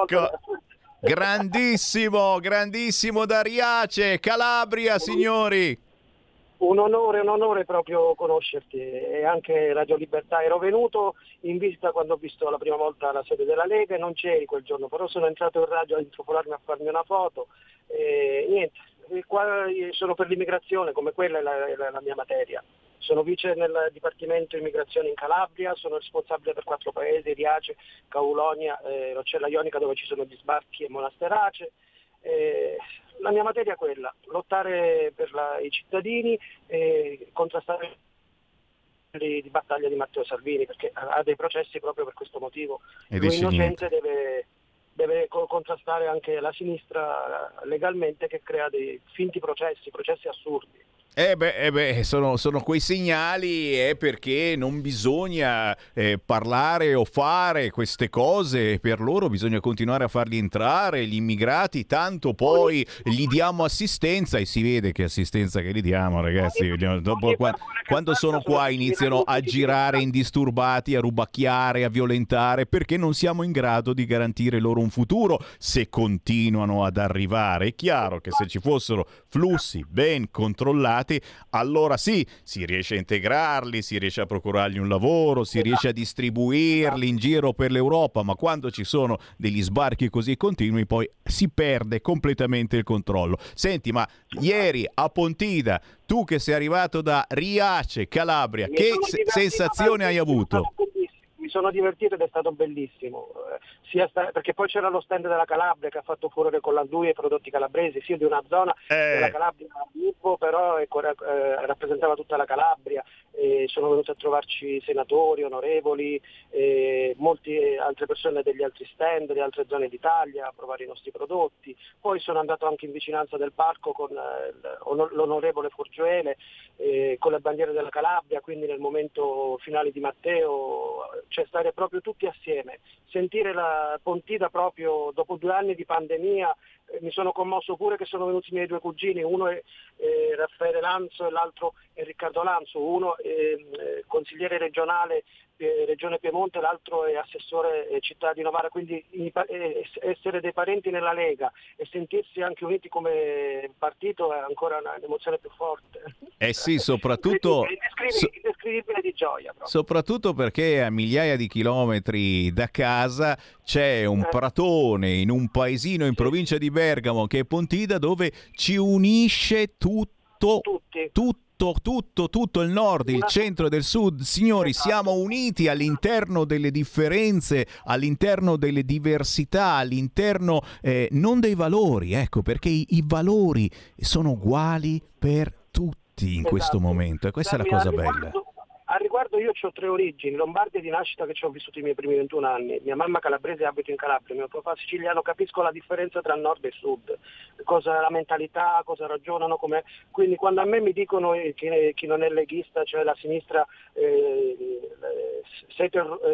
Grandissimo da Riace, Calabria, signori. Un onore proprio conoscerti, e anche Radio Libertà. Ero venuto in visita quando ho visto la prima volta la sede della Lega e non c'eri quel giorno, però sono entrato in radio a intrufolarmi a farmi una foto. Niente, qua sono per l'immigrazione, come quella è la mia materia. Sono vice nel Dipartimento Immigrazione in Calabria, sono responsabile per 4 paesi: Riace, Caulonia, Roccella Ionica, dove ci sono gli sbarchi, e Monasterace. La mia materia è quella: lottare per i cittadini e contrastare di battaglia di Matteo Salvini, perché ha dei processi proprio per questo motivo. Lui innocente deve contrastare anche la sinistra legalmente, che crea dei finti processi assurdi. Sono quei segnali, perché non bisogna parlare o fare queste cose per loro, bisogna continuare a farli entrare, gli immigrati, tanto poi gli diamo assistenza, e si vede che assistenza che gli diamo, ragazzi. Dopo, quando sono qua iniziano a girare indisturbati, a rubacchiare, a violentare, perché non siamo in grado di garantire loro un futuro se continuano ad arrivare. È chiaro che se ci fossero flussi ben controllati immigrati, allora sì, si riesce a integrarli, si riesce a procurargli un lavoro, si riesce a distribuirli in giro per l'Europa, ma quando ci sono degli sbarchi così continui poi si perde completamente il controllo. Senti, ma ieri a Pontida, tu che sei arrivato da Riace, Calabria, che sensazione hai avuto? Mi sono divertito ed è stato bellissimo, perché poi c'era lo stand della Calabria che ha fatto furore con l'anduia e i prodotti calabresi, sia di una zona della Calabria, però rappresentava tutta la Calabria, sono venuti a trovarci senatori, onorevoli, molte altre persone degli altri stand, delle altre zone d'Italia a provare i nostri prodotti. Poi sono andato anche in vicinanza del parco con l'onorevole Forgioele, con le bandiere della Calabria, quindi nel momento finale di Matteo, cioè stare proprio tutti assieme, sentire la Pontida proprio dopo 2 anni di pandemia. Mi sono commosso pure che sono venuti i miei 2 cugini, uno è Raffaele Lanzo e l'altro è Riccardo Lanzo, uno è consigliere regionale Regione Piemonte, l'altro è assessore città di Novara, quindi essere dei parenti nella Lega e sentirsi anche uniti come partito è ancora un'emozione più forte. Eh sì, soprattutto indescrivibile di gioia proprio. Soprattutto perché a migliaia di chilometri da casa c'è un pratone in un paesino in provincia di Bergamo che è Pontida, dove ci unisce tutto il nord, il centro e del sud. Signori, siamo uniti all'interno delle differenze, all'interno delle diversità, all'interno non dei valori, ecco, perché i valori sono uguali per tutti in questo momento, e questa è la cosa bella. A riguardo io ho 3 origini, lombardi di nascita che ci ho vissuto i miei primi 21 anni, mia mamma calabrese, abito in Calabria, mio papà siciliano, capisco la differenza tra nord e sud, cosa la mentalità, cosa ragionano, com'è. Quindi quando a me mi dicono che chi non è leghista, cioè la sinistra, sei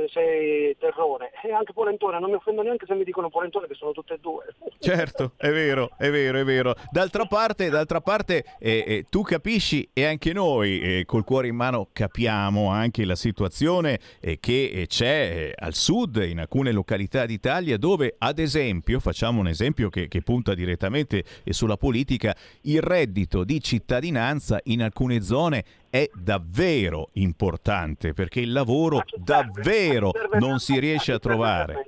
terrone, e anche polentone, non mi offendo neanche se mi dicono polentone, che sono tutte e 2. Certo, è vero. D'altra parte tu capisci, e anche noi col cuore in mano capiamo anche la situazione che c'è al sud, in alcune località d'Italia, dove ad esempio, facciamo un esempio che punta direttamente sulla politica, il reddito di cittadinanza in alcune zone è davvero importante, perché il lavoro davvero non si riesce a trovare.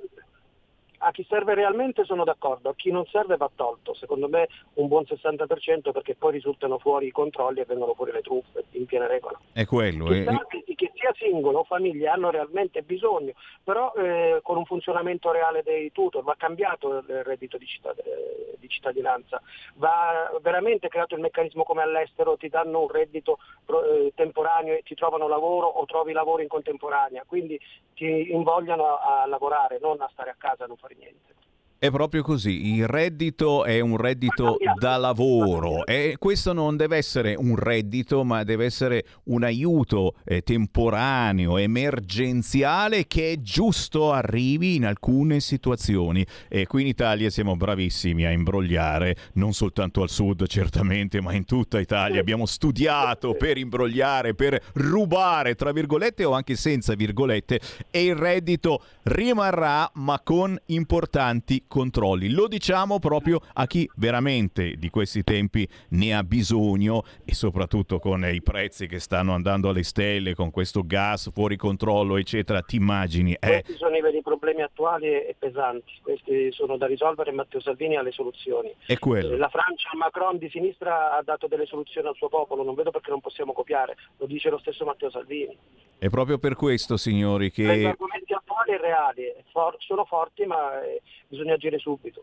A chi serve realmente sono d'accordo, a chi non serve va tolto, secondo me un buon 60%, perché poi risultano fuori i controlli e vengono fuori le truffe in piena regola. È quello. Che sia singolo o famiglie hanno realmente bisogno, però con un funzionamento reale dei tutor va cambiato il reddito di cittadinanza, va veramente creato il meccanismo come all'estero, ti danno un reddito temporaneo e ti trovano lavoro o trovi lavoro in contemporanea, quindi ti invogliano a lavorare, non a stare a casa a non fare niente. È proprio così, il reddito è un reddito da lavoro e questo non deve essere un reddito, ma deve essere un aiuto temporaneo, emergenziale, che è giusto arrivi in alcune situazioni, e qui in Italia siamo bravissimi a imbrogliare, non soltanto al sud certamente, ma in tutta Italia abbiamo studiato per imbrogliare, per rubare tra virgolette o anche senza virgolette, e il reddito rimarrà, ma con importanti controlli. Lo diciamo proprio a chi veramente di questi tempi ne ha bisogno, e soprattutto con i prezzi che stanno andando alle stelle, con questo gas fuori controllo eccetera, ti immagini. Questi sono i veri problemi attuali e pesanti, questi sono da risolvere, e Matteo Salvini ha le soluzioni. È quello. La Francia, Macron di sinistra ha dato delle soluzioni al suo popolo, non vedo perché non possiamo copiare, lo dice lo stesso Matteo Salvini. È proprio per questo, signori, che gli argomenti attuali e reali sono forti, ma bisogna agire subito.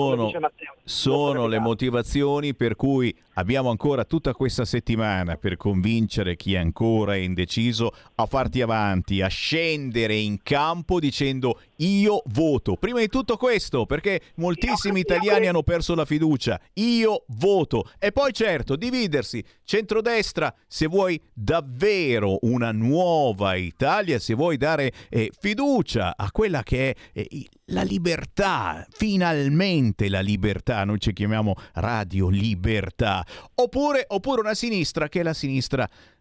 Sono le motivazioni per cui abbiamo ancora tutta questa settimana per convincere chi è ancora indeciso a farti avanti, a scendere in campo dicendo io voto. Prima di tutto questo, perché moltissimi italiani hanno perso la fiducia. Io voto. E poi certo, dividersi, centrodestra, se vuoi davvero una nuova Italia, se vuoi dare fiducia a quella che è la libertà, finalmente la libertà, noi ci chiamiamo Radio Libertà, oppure una sinistra che è la sinistra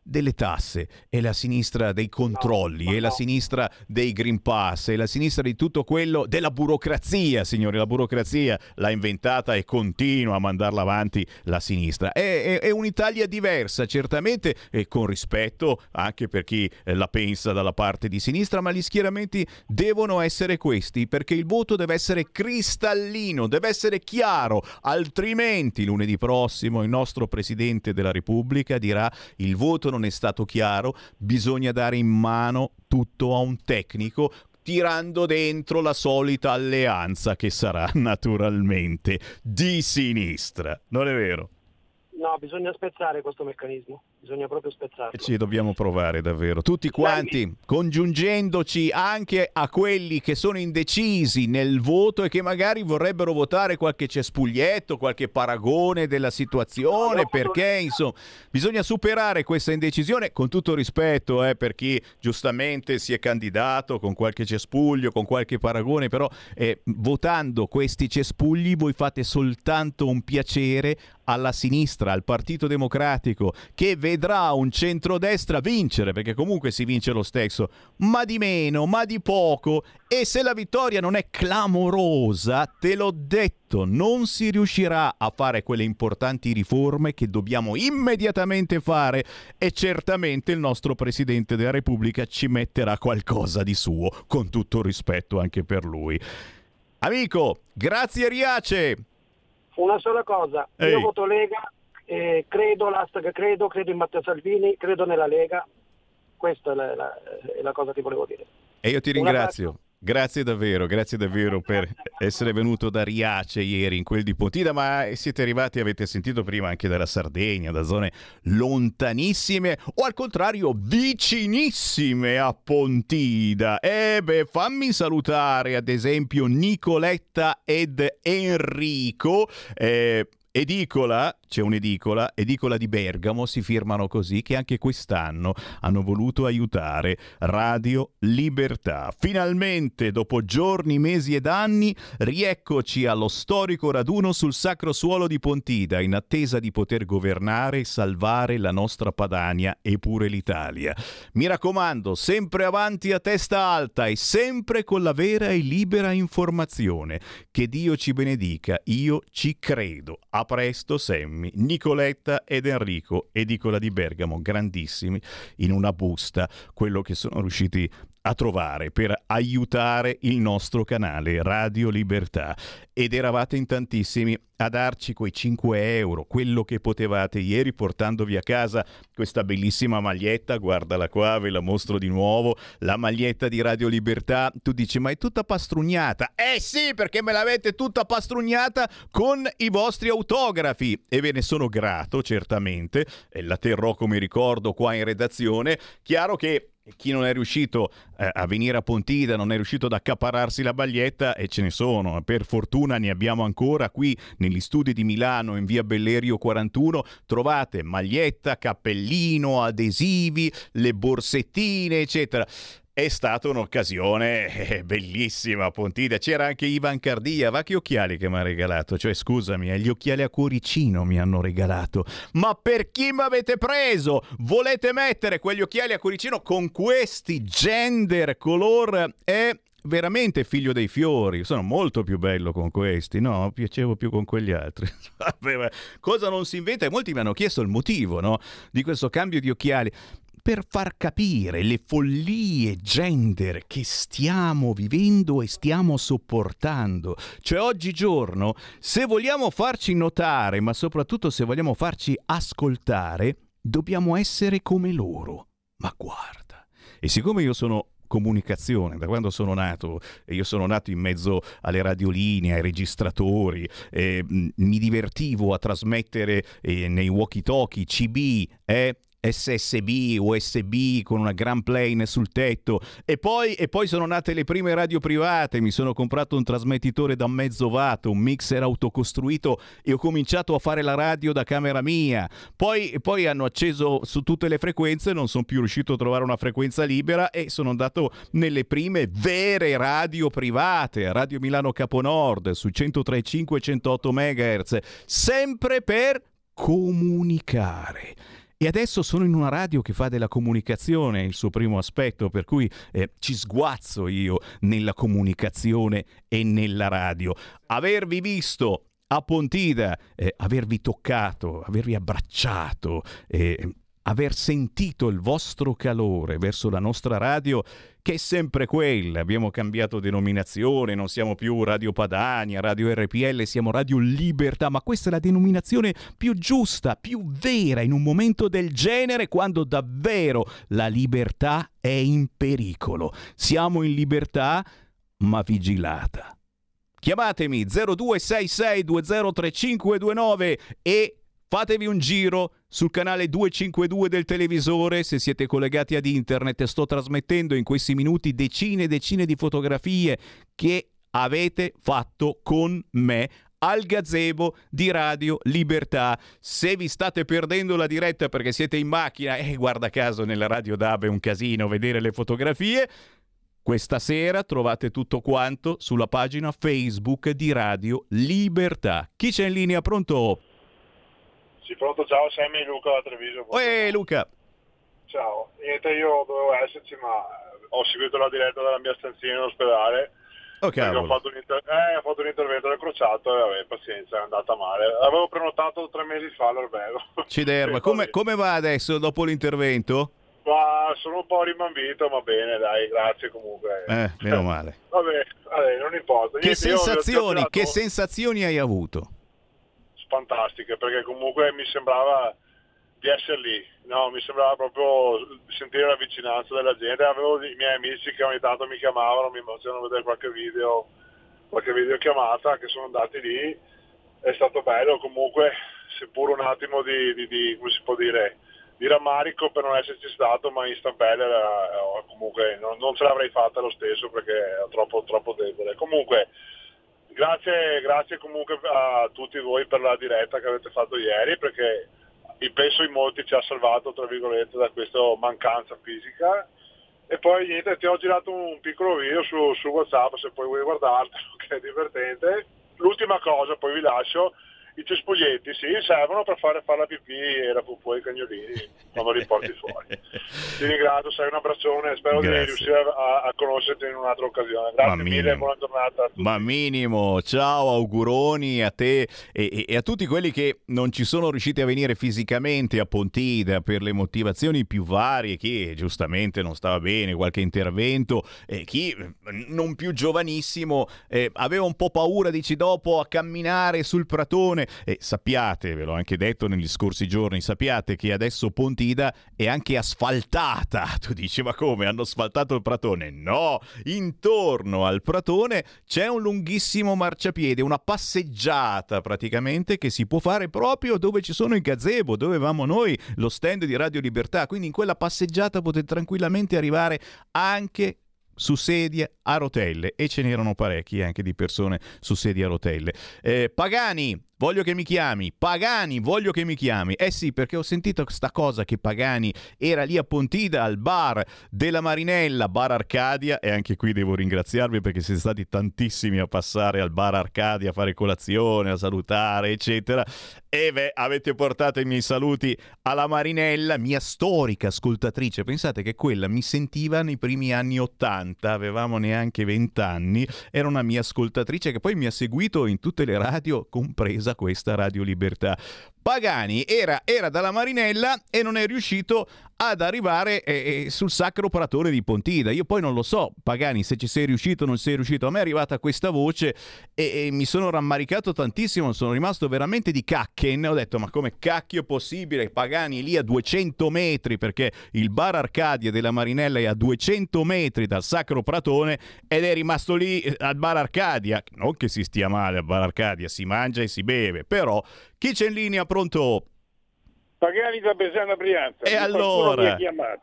delle tasse, è la sinistra dei controlli, è la sinistra dei Green Pass, è la sinistra di tutto quello, della burocrazia, signori. La burocrazia l'ha inventata e continua a mandarla avanti la sinistra. È un'Italia diversa, certamente, e con rispetto anche per chi la pensa dalla parte di sinistra, ma gli schieramenti devono essere questi, perché il voto deve essere cristallino, deve essere chiaro, altrimenti lunedì prossimo il nostro Presidente della Repubblica dirà: il voto non è stato chiaro, bisogna dare in mano tutto a un tecnico, tirando dentro la solita alleanza che sarà naturalmente di sinistra. Non è vero? No, bisogna spezzare questo meccanismo, bisogna proprio spezzarlo. Ci dobbiamo provare davvero, tutti quanti, congiungendoci anche a quelli che sono indecisi nel voto e che magari vorrebbero votare qualche cespuglietto, qualche paragone della situazione, perché insomma bisogna superare questa indecisione, con tutto rispetto per chi giustamente si è candidato con qualche cespuglio, con qualche paragone, però votando questi cespugli voi fate soltanto un piacere alla sinistra, al Partito Democratico, che vedrà un centrodestra vincere, perché comunque si vince lo stesso, ma di meno, ma di poco, e se la vittoria non è clamorosa, te l'ho detto, non si riuscirà a fare quelle importanti riforme che dobbiamo immediatamente fare, e certamente il nostro Presidente della Repubblica ci metterà qualcosa di suo, con tutto rispetto anche per lui. Amico, grazie Riace! Una sola cosa, io voto Lega, credo in Matteo Salvini, credo nella Lega, questa è la cosa che volevo dire. E io ti ringrazio, grazie davvero per essere venuto da Riace ieri in quel di Pontida, ma siete arrivati, avete sentito prima, anche dalla Sardegna, da zone lontanissime o al contrario vicinissime a Pontida. Fammi salutare ad esempio Nicoletta ed Enrico, edicola, c'è un'edicola di Bergamo, si firmano così, che anche quest'anno hanno voluto aiutare Radio Libertà. Finalmente, dopo giorni, mesi ed anni, rieccoci allo storico raduno sul sacro suolo di Pontida, in attesa di poter governare e salvare la nostra Padania e pure l'Italia. Mi raccomando, sempre avanti a testa alta e sempre con la vera e libera informazione. Che Dio ci benedica, io ci credo. A presto, Sammy. Nicoletta ed Enrico, edicola di Bergamo, grandissimi, in una busta, quello che sono riusciti a trovare per aiutare il nostro canale Radio Libertà, ed eravate in tantissimi a darci quei 5 euro, quello che potevate ieri, portandovi a casa questa bellissima maglietta. Guardala qua, ve la mostro di nuovo, la maglietta di Radio Libertà. Tu dici, ma è tutta pastrugnata. Sì, perché me l'avete tutta pastrugnata con i vostri autografi, e ve ne sono grato certamente, e la terrò come ricordo qua in redazione. Chiaro che chi non è riuscito a venire a Pontida, non è riuscito ad accaparrarsi la maglietta, e ce ne sono, per fortuna ne abbiamo ancora qui negli studi di Milano, in via Bellerio 41, trovate maglietta, cappellino, adesivi, le borsettine, eccetera. È stata un'occasione bellissima a Pontida. C'era anche Ivan Cardia, va che occhiali che mi ha regalato, cioè scusami, gli occhiali a cuoricino mi hanno regalato. Ma per chi mi avete preso? Volete mettere quegli occhiali a cuoricino con questi gender color? È veramente figlio dei fiori. Sono molto più bello con questi, no? Piacevo più con quegli altri. Cosa non si inventa? E molti mi hanno chiesto il motivo, no? Di questo cambio di occhiali, per far capire le follie gender che stiamo vivendo e stiamo sopportando. Cioè oggigiorno, se vogliamo farci notare, ma soprattutto se vogliamo farci ascoltare, dobbiamo essere come loro. Ma guarda, e siccome io sono comunicazione, da quando sono nato, e io sono nato in mezzo alle radiolinee, ai registratori, mi divertivo a trasmettere nei walkie-talkie CB, SSB, USB con una Grand Plane sul tetto, e poi sono nate le prime radio private. Mi sono comprato un trasmettitore da mezzo watt, un mixer autocostruito, e ho cominciato a fare la radio da camera mia. Poi hanno acceso su tutte le frequenze, non sono più riuscito a trovare una frequenza libera, e sono andato nelle prime vere radio private, Radio Milano Caponord su 103,5 108 MHz, sempre per comunicare. E adesso sono in una radio che fa della comunicazione il suo primo aspetto, per cui ci sguazzo io nella comunicazione e nella radio. Avervi visto a Pontida, avervi toccato, avervi abbracciato, aver sentito il vostro calore verso la nostra radio, che è sempre quella. Abbiamo cambiato denominazione, non siamo più Radio Padania, Radio RPL, siamo Radio Libertà, ma questa è la denominazione più giusta, più vera in un momento del genere, quando davvero la libertà è in pericolo. Siamo in libertà, ma vigilata. Chiamatemi 0266203529 e fatevi un giro sul canale 252 del televisore se siete collegati ad internet. Sto trasmettendo in questi minuti decine e decine di fotografie che avete fatto con me al gazebo di Radio Libertà. Se vi state perdendo la diretta perché siete in macchina, guarda caso nella Radio DAB è un casino vedere le fotografie, questa sera trovate tutto quanto sulla pagina Facebook di Radio Libertà. Chi c'è in linea? Pronto? Sì, pronto, ciao, Sammy, Luca da Treviso. Luca. Ciao, niente, io dovevo esserci, ma ho seguito la diretta dalla mia stanzina in ospedale. Perché ho fatto un intervento del crociato e vabbè, pazienza, è andata male. Avevo prenotato 3 mesi fa l'albergo. Ciderma, come va adesso dopo l'intervento? Ma sono un po' rimambito, ma bene, dai, grazie comunque. Meno male. Vabbè, non importa. Che sensazioni hai avuto? Fantastiche, perché comunque mi sembrava di essere lì, no? Mi sembrava proprio sentire la vicinanza della gente. Avevo i miei amici che ogni tanto mi chiamavano, mi facevano vedere qualche videochiamata, che sono andati lì. È stato bello comunque, seppur un attimo di come si può dire, di rammarico per non esserci stato, ma in stampelle comunque non ce l'avrei fatta lo stesso perché è troppo debole. Comunque grazie comunque a tutti voi per la diretta che avete fatto ieri, perché penso in molti ci ha salvato, tra virgolette, da questa mancanza fisica. E poi niente, ti ho girato un piccolo video su WhatsApp, se poi vuoi guardartelo, che è divertente. L'ultima cosa, poi vi lascio, i cespuglietti, sì, servono per fare la pipì e la pupù ai cagnolini quando li porti fuori. Ti ringrazio, sei un abbraccione, spero di riuscire a conoscerti in un'altra occasione. Grazie mille, buona giornata a tutti. Ma minimo, ciao, auguroni a te e a tutti quelli che non ci sono riusciti a venire fisicamente a Pontida per le motivazioni più varie, chi giustamente non stava bene, qualche intervento, chi non più giovanissimo aveva un po' paura, dici, dopo a camminare sul pratone. E sappiate, ve l'ho anche detto negli scorsi giorni, sappiate che adesso Pontida è anche asfaltata. Tu dici, ma come, hanno asfaltato il pratone? No, intorno al pratone c'è un lunghissimo marciapiede, una passeggiata praticamente che si può fare proprio dove ci sono i gazebo, dove avevamo noi lo stand di Radio Libertà. Quindi in quella passeggiata potete tranquillamente arrivare anche su sedie a rotelle, e ce n'erano parecchi anche di persone su sedie a rotelle. Pagani, voglio che mi chiami. Pagani, voglio che mi chiami. Sì, perché ho sentito questa cosa che Pagani era lì a Pontida al bar della Marinella, Bar Arcadia, e anche qui devo ringraziarvi perché siete stati tantissimi a passare al Bar Arcadia a fare colazione, a salutare, eccetera. E avete portato i miei saluti alla Marinella, mia storica ascoltatrice. Pensate che quella mi sentiva nei primi anni 80, avevamo neanche 20 anni, era una mia ascoltatrice che poi mi ha seguito in tutte le radio, compresa questa Radio Libertà. Pagani era dalla Marinella e non è riuscito ad arrivare sul Sacro Pratone di Pontida. Io poi non lo so, Pagani, se ci sei riuscito o non sei riuscito. A me è arrivata questa voce e mi sono rammaricato tantissimo, sono rimasto veramente di cacchen. Ho detto, ma come cacchio è possibile? Pagani lì a 200 metri, perché il Bar Arcadia della Marinella è a 200 metri dal Sacro Pratone, ed è rimasto lì al Bar Arcadia. Non che si stia male al Bar Arcadia, si mangia e si beve, però chi c'è in linea? Pronto? Pagani da Besana Brianza. E allora?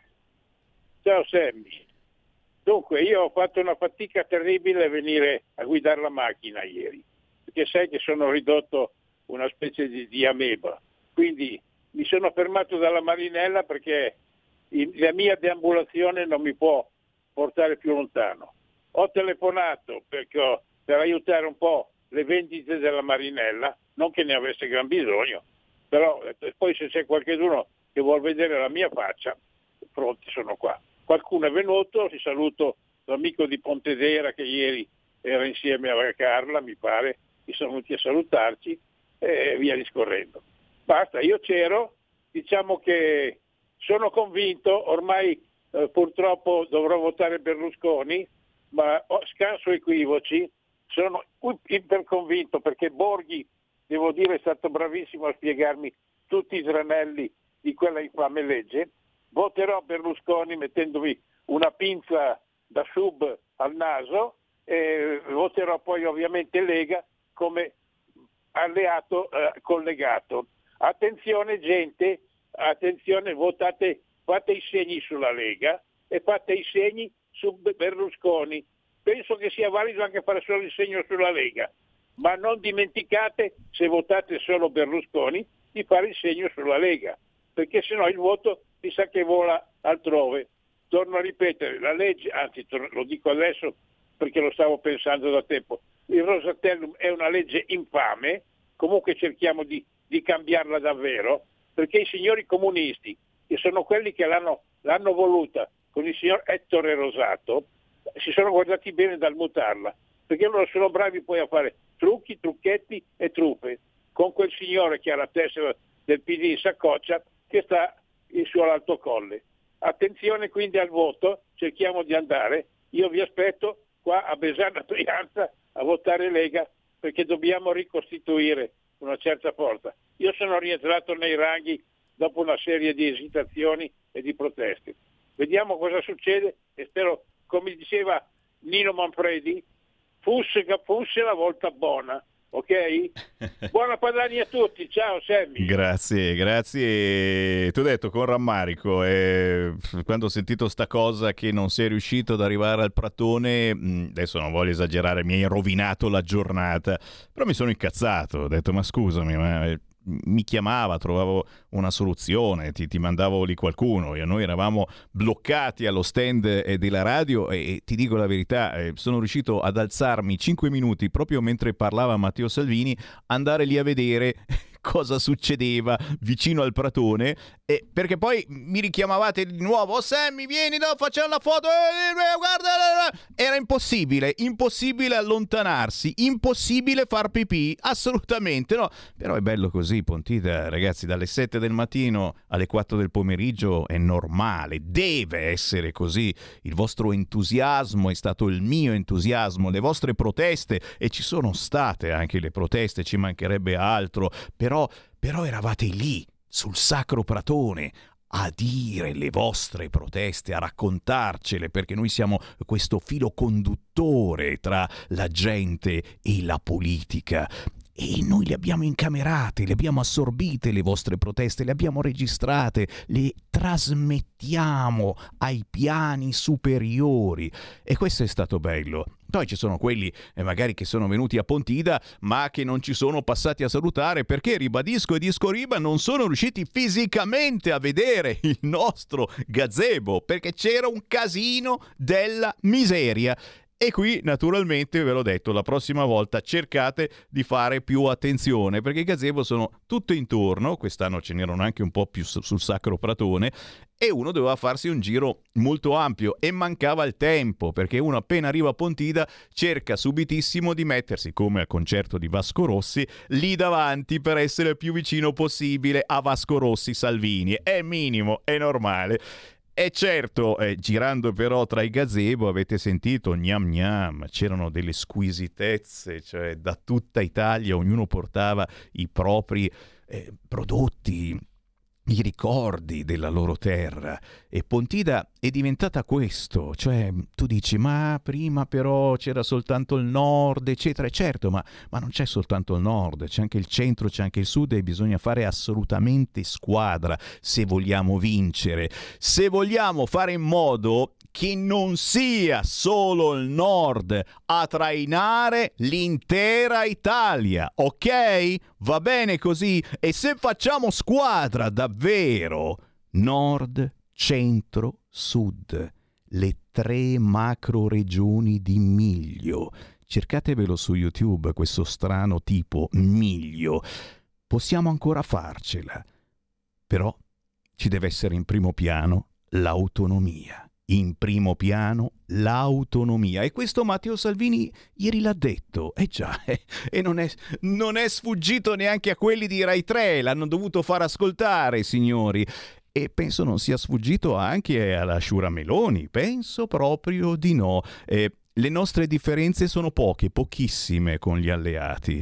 Ciao Sammy. Dunque, io ho fatto una fatica terribile a venire a guidare la macchina ieri, perché sai che sono ridotto una specie di ameba. Quindi mi sono fermato dalla Marinella perché la mia deambulazione non mi può portare più lontano. Ho telefonato per aiutare un po' le vendite della Marinella, non che ne avesse gran bisogno, però poi se c'è qualcuno che vuol vedere la mia faccia, pronti, sono qua. Qualcuno è venuto, ti saluto l'amico di Pontedera che ieri era insieme a Carla, mi pare, che sono venuti a salutarci e via discorrendo. Basta, io c'ero, diciamo che sono convinto, ormai purtroppo dovrò votare Berlusconi, ma scanso equivoci, sono iperconvinto perché Borghi, devo dire, è stato bravissimo a spiegarmi tutti i tranelli di quella infame legge. Voterò Berlusconi mettendovi una pinza da sub al naso e voterò poi ovviamente Lega come alleato collegato. Attenzione gente, attenzione, votate, fate i segni sulla Lega e fate i segni su Berlusconi. Penso che sia valido anche fare solo il segno sulla Lega, ma non dimenticate, se votate solo Berlusconi, di fare il segno sulla Lega, perché sennò il voto mi sa che vola altrove. Torno a ripetere, la legge, anzi lo dico adesso perché lo stavo pensando da tempo, il Rosatellum è una legge infame, comunque cerchiamo di cambiarla davvero, perché i signori comunisti, che sono quelli che l'hanno voluta con il signor Ettore Rosato, si sono guardati bene dal mutarla, perché loro sono bravi poi a fare trucchi, trucchetti e truffe, con quel signore che ha la tessera del PD in saccoccia che sta il suo all'Alto Colle. Attenzione quindi al voto, cerchiamo di andare, io vi aspetto qua a Besana Brianza a votare Lega perché dobbiamo ricostituire una certa forza. Io sono rientrato nei ranghi dopo una serie di esitazioni e di proteste. Vediamo cosa succede e spero, come diceva Nino Manfredi, fosse la volta buona, ok? Buona Padania a tutti, ciao Sammy. Grazie. Tu hai detto con rammarico, quando ho sentito sta cosa che non sei riuscito ad arrivare al Pratone, adesso non voglio esagerare, mi hai rovinato la giornata, però mi sono incazzato, ho detto ma scusami, ma mi chiamava, trovavo una soluzione, ti mandavo lì qualcuno e noi eravamo bloccati allo stand della radio e ti dico la verità, sono riuscito ad alzarmi 5 minuti proprio mentre parlava Matteo Salvini, andare lì a vedere cosa succedeva vicino al Pratone, perché poi mi richiamavate di nuovo, Sammy vieni, facciamo la foto, guarda, era impossibile allontanarsi, impossibile far pipì, assolutamente no, però è bello così Pontida, ragazzi, dalle 7 del mattino alle 4 del pomeriggio è normale, deve essere così, il vostro entusiasmo è stato il mio entusiasmo, le vostre proteste, e ci sono state anche le proteste, ci mancherebbe altro, però eravate lì sul Sacro Pratone a dire le vostre proteste, a raccontarcele, perché noi siamo questo filo conduttore tra la gente e la politica. E noi le abbiamo incamerate, le abbiamo assorbite le vostre proteste, le abbiamo registrate, le trasmettiamo ai piani superiori. E questo è stato bello. Poi ci sono quelli magari che sono venuti a Pontida ma che non ci sono passati a salutare perché, ribadisco e discoriba, non sono riusciti fisicamente a vedere il nostro gazebo perché c'era un casino della miseria. E qui naturalmente ve l'ho detto, la prossima volta cercate di fare più attenzione perché i gazebo sono tutto intorno, quest'anno ce n'erano anche un po' più sul Sacro Pratone e uno doveva farsi un giro molto ampio e mancava il tempo perché uno appena arriva a Pontida cerca subitissimo di mettersi, come al concerto di Vasco Rossi, lì davanti per essere il più vicino possibile a Vasco Rossi Salvini. È minimo, è normale. E certo, girando però tra i gazebo avete sentito gnam gnam, c'erano delle squisitezze, cioè da tutta Italia ognuno portava i propri prodotti, i ricordi della loro terra, e Pontida è diventata questo, cioè tu dici ma prima però c'era soltanto il nord eccetera, certo, ma non c'è soltanto il nord, c'è anche il centro, c'è anche il sud e bisogna fare assolutamente squadra se vogliamo vincere, se vogliamo fare in modo che non sia solo il nord a trainare l'intera Italia, ok? Va bene così? E se facciamo squadra davvero, nord, centro, sud, le 3 macro regioni di Miglio, cercatevelo su YouTube questo strano tipo Miglio, possiamo ancora farcela, però ci deve essere in primo piano l'autonomia. In primo piano l'autonomia. E questo Matteo Salvini ieri l'ha detto. Già, e non è sfuggito neanche a quelli di Rai 3, l'hanno dovuto far ascoltare, signori. E penso non sia sfuggito anche alla Sciura Meloni, penso proprio di no. Le nostre differenze sono pochissime con gli alleati.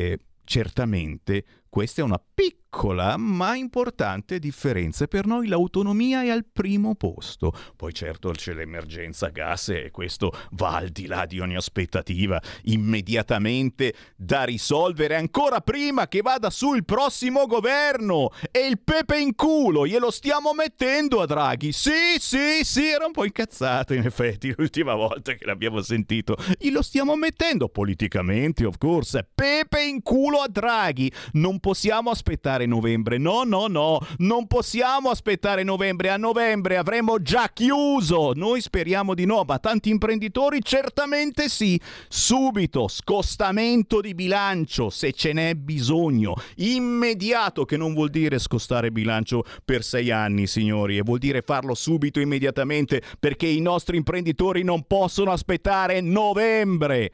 Certamente questa è una piccola ma importante differenza. Per noi l'autonomia è al primo posto. Poi certo c'è l'emergenza gas e questo va al di là di ogni aspettativa, immediatamente da risolvere ancora prima che vada su il prossimo governo. E il pepe in culo glielo stiamo mettendo a Draghi. Sì, era un po' incazzato in effetti l'ultima volta che l'abbiamo sentito. Glielo stiamo mettendo politicamente, of course. Pepe in culo a Draghi. Non possiamo aspettare novembre, no, non possiamo aspettare novembre. A novembre avremo già chiuso. Noi speriamo di no, ma tanti imprenditori certamente sì. Subito scostamento di bilancio se ce n'è bisogno, immediato, che non vuol dire scostare bilancio per 6 anni, signori, e vuol dire farlo subito, immediatamente, perché i nostri imprenditori non possono aspettare novembre.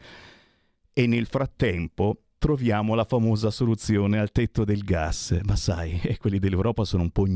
E nel frattempo troviamo la soluzione al tetto del gas. Ma sai, quelli dell'Europa sono un po'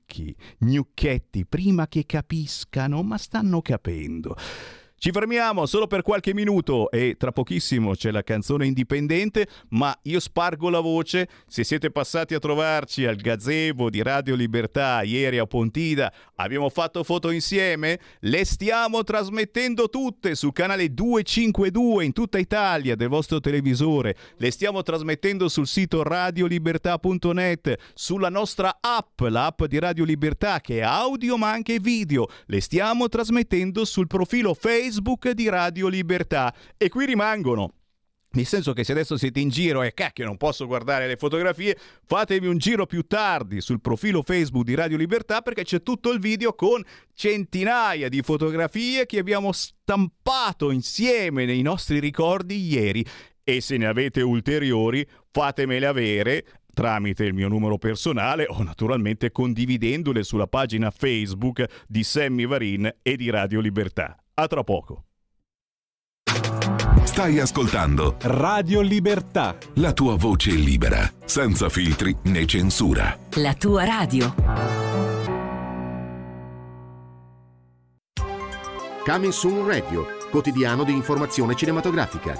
gnocchetti, prima che capiscano, ma stanno capendo. Ci fermiamo solo per qualche minuto e tra pochissimo c'è la canzone indipendente, ma io spargo la voce. Se siete passati a trovarci al gazebo di Radio Libertà ieri a Pontida, abbiamo fatto foto insieme, le stiamo trasmettendo tutte su canale 252 in tutta Italia del vostro televisore, le stiamo trasmettendo sul sito radiolibertà.net, sulla nostra app, l'app di Radio Libertà, che è audio ma anche video, le stiamo trasmettendo sul profilo Facebook di Radio Libertà, e qui rimangono. Nel senso che se adesso siete in giro e cacchio non posso guardare le fotografie, fatevi un giro più tardi sul profilo Facebook di Radio Libertà, perché c'è tutto il video con centinaia di fotografie che abbiamo stampato insieme nei nostri ricordi ieri, e se ne avete ulteriori fatemele avere tramite il mio numero personale o naturalmente condividendole sulla pagina Facebook di Sammy Varin e di Radio Libertà. A tra poco. Stai ascoltando Radio Libertà, la tua voce libera, senza filtri né censura. La tua radio. Coming Soon Radio, quotidiano di informazione cinematografica.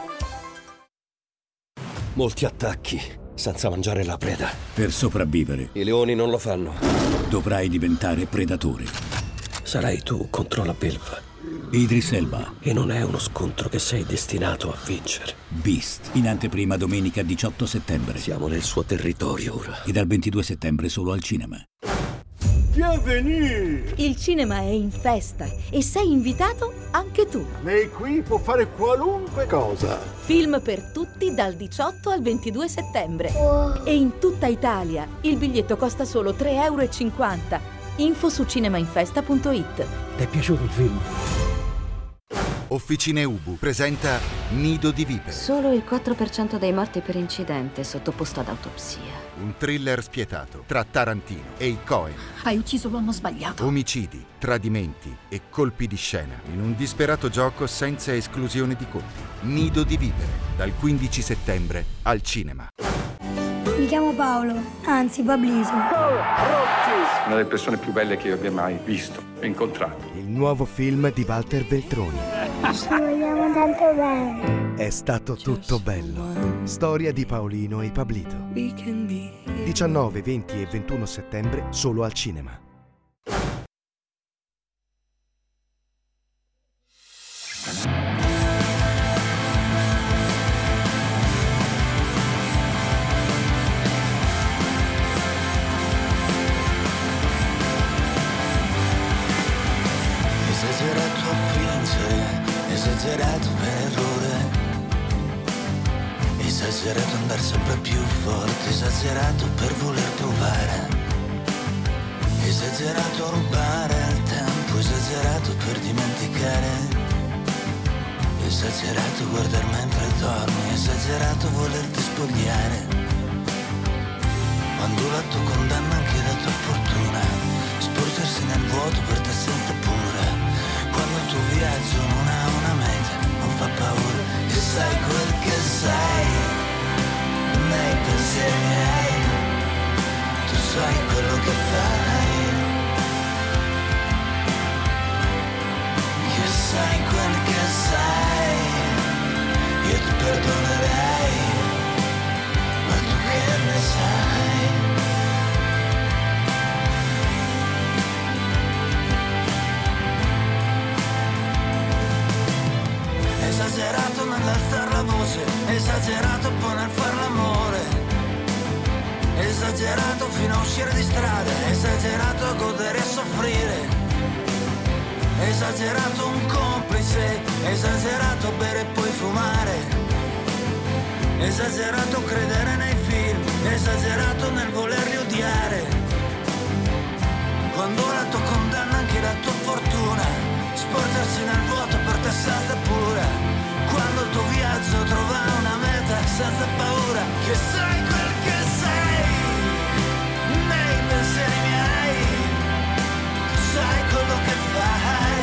Molti attacchi senza mangiare la preda. Per sopravvivere. I leoni non lo fanno. Dovrai diventare predatore. Sarai tu contro la belva. Idris Elba. E non è uno scontro che sei destinato a vincere. Beast, in anteprima domenica 18 settembre. Siamo nel suo territorio ora. E dal 22 settembre solo al cinema. Bienvenue! Il cinema è in festa e sei invitato anche tu. Lei qui può fare qualunque cosa. Film per tutti dal 18 al 22 settembre. E in tutta Italia il biglietto costa solo 3,50 €. Info su cinemainfesta.it. Ti è piaciuto il film? Officine Ubu presenta Nido di vipere. Solo il 4% dei morti per incidente è sottoposto ad autopsia. Un thriller spietato tra Tarantino e i Coen. Hai ucciso l'uomo sbagliato. Omicidi, tradimenti e colpi di scena in un disperato gioco senza esclusione di colpi. Nido di vipere, dal 15 settembre al cinema. Mi chiamo Paolo, anzi Babliso. Una delle persone più belle che io abbia mai visto e incontrato. Il nuovo film di Walter Veltroni. Ci vogliamo tanto bene. È stato tutto bello. Storia di Paolino e Pablito. 19, 20 e 21 settembre solo al cinema. Esagerato a fingere, esagerato per errore, esagerato andare sempre più forte, esagerato per voler provare, esagerato a rubare il tempo, esagerato per dimenticare, esagerato guardare mentre dormi, esagerato volerti spogliare, quando la tua condanna anche la tua fortuna vuoto per te senza paura. Quando il tuo viaggio non ha una meta, non fa paura, che sai quel che sei, nei pensieri miei, tu sai quello che fai, che sai quel che sei, io ti perdonerei, ma tu che ne sai? Esagerato nell'alzare la voce, esagerato poi nel far l'amore, esagerato fino a uscire di strada, esagerato a godere e a soffrire, esagerato un complice, esagerato bere e poi fumare, esagerato credere nei film, esagerato nel volerli odiare, quando la tua condanna anche la tua fortuna, sporgersi nel vuoto per te senza paura, quando il tuo viaggio trova una meta senza paura, che sai quel che sei, nei pensieri miei, tu sai quello che fai,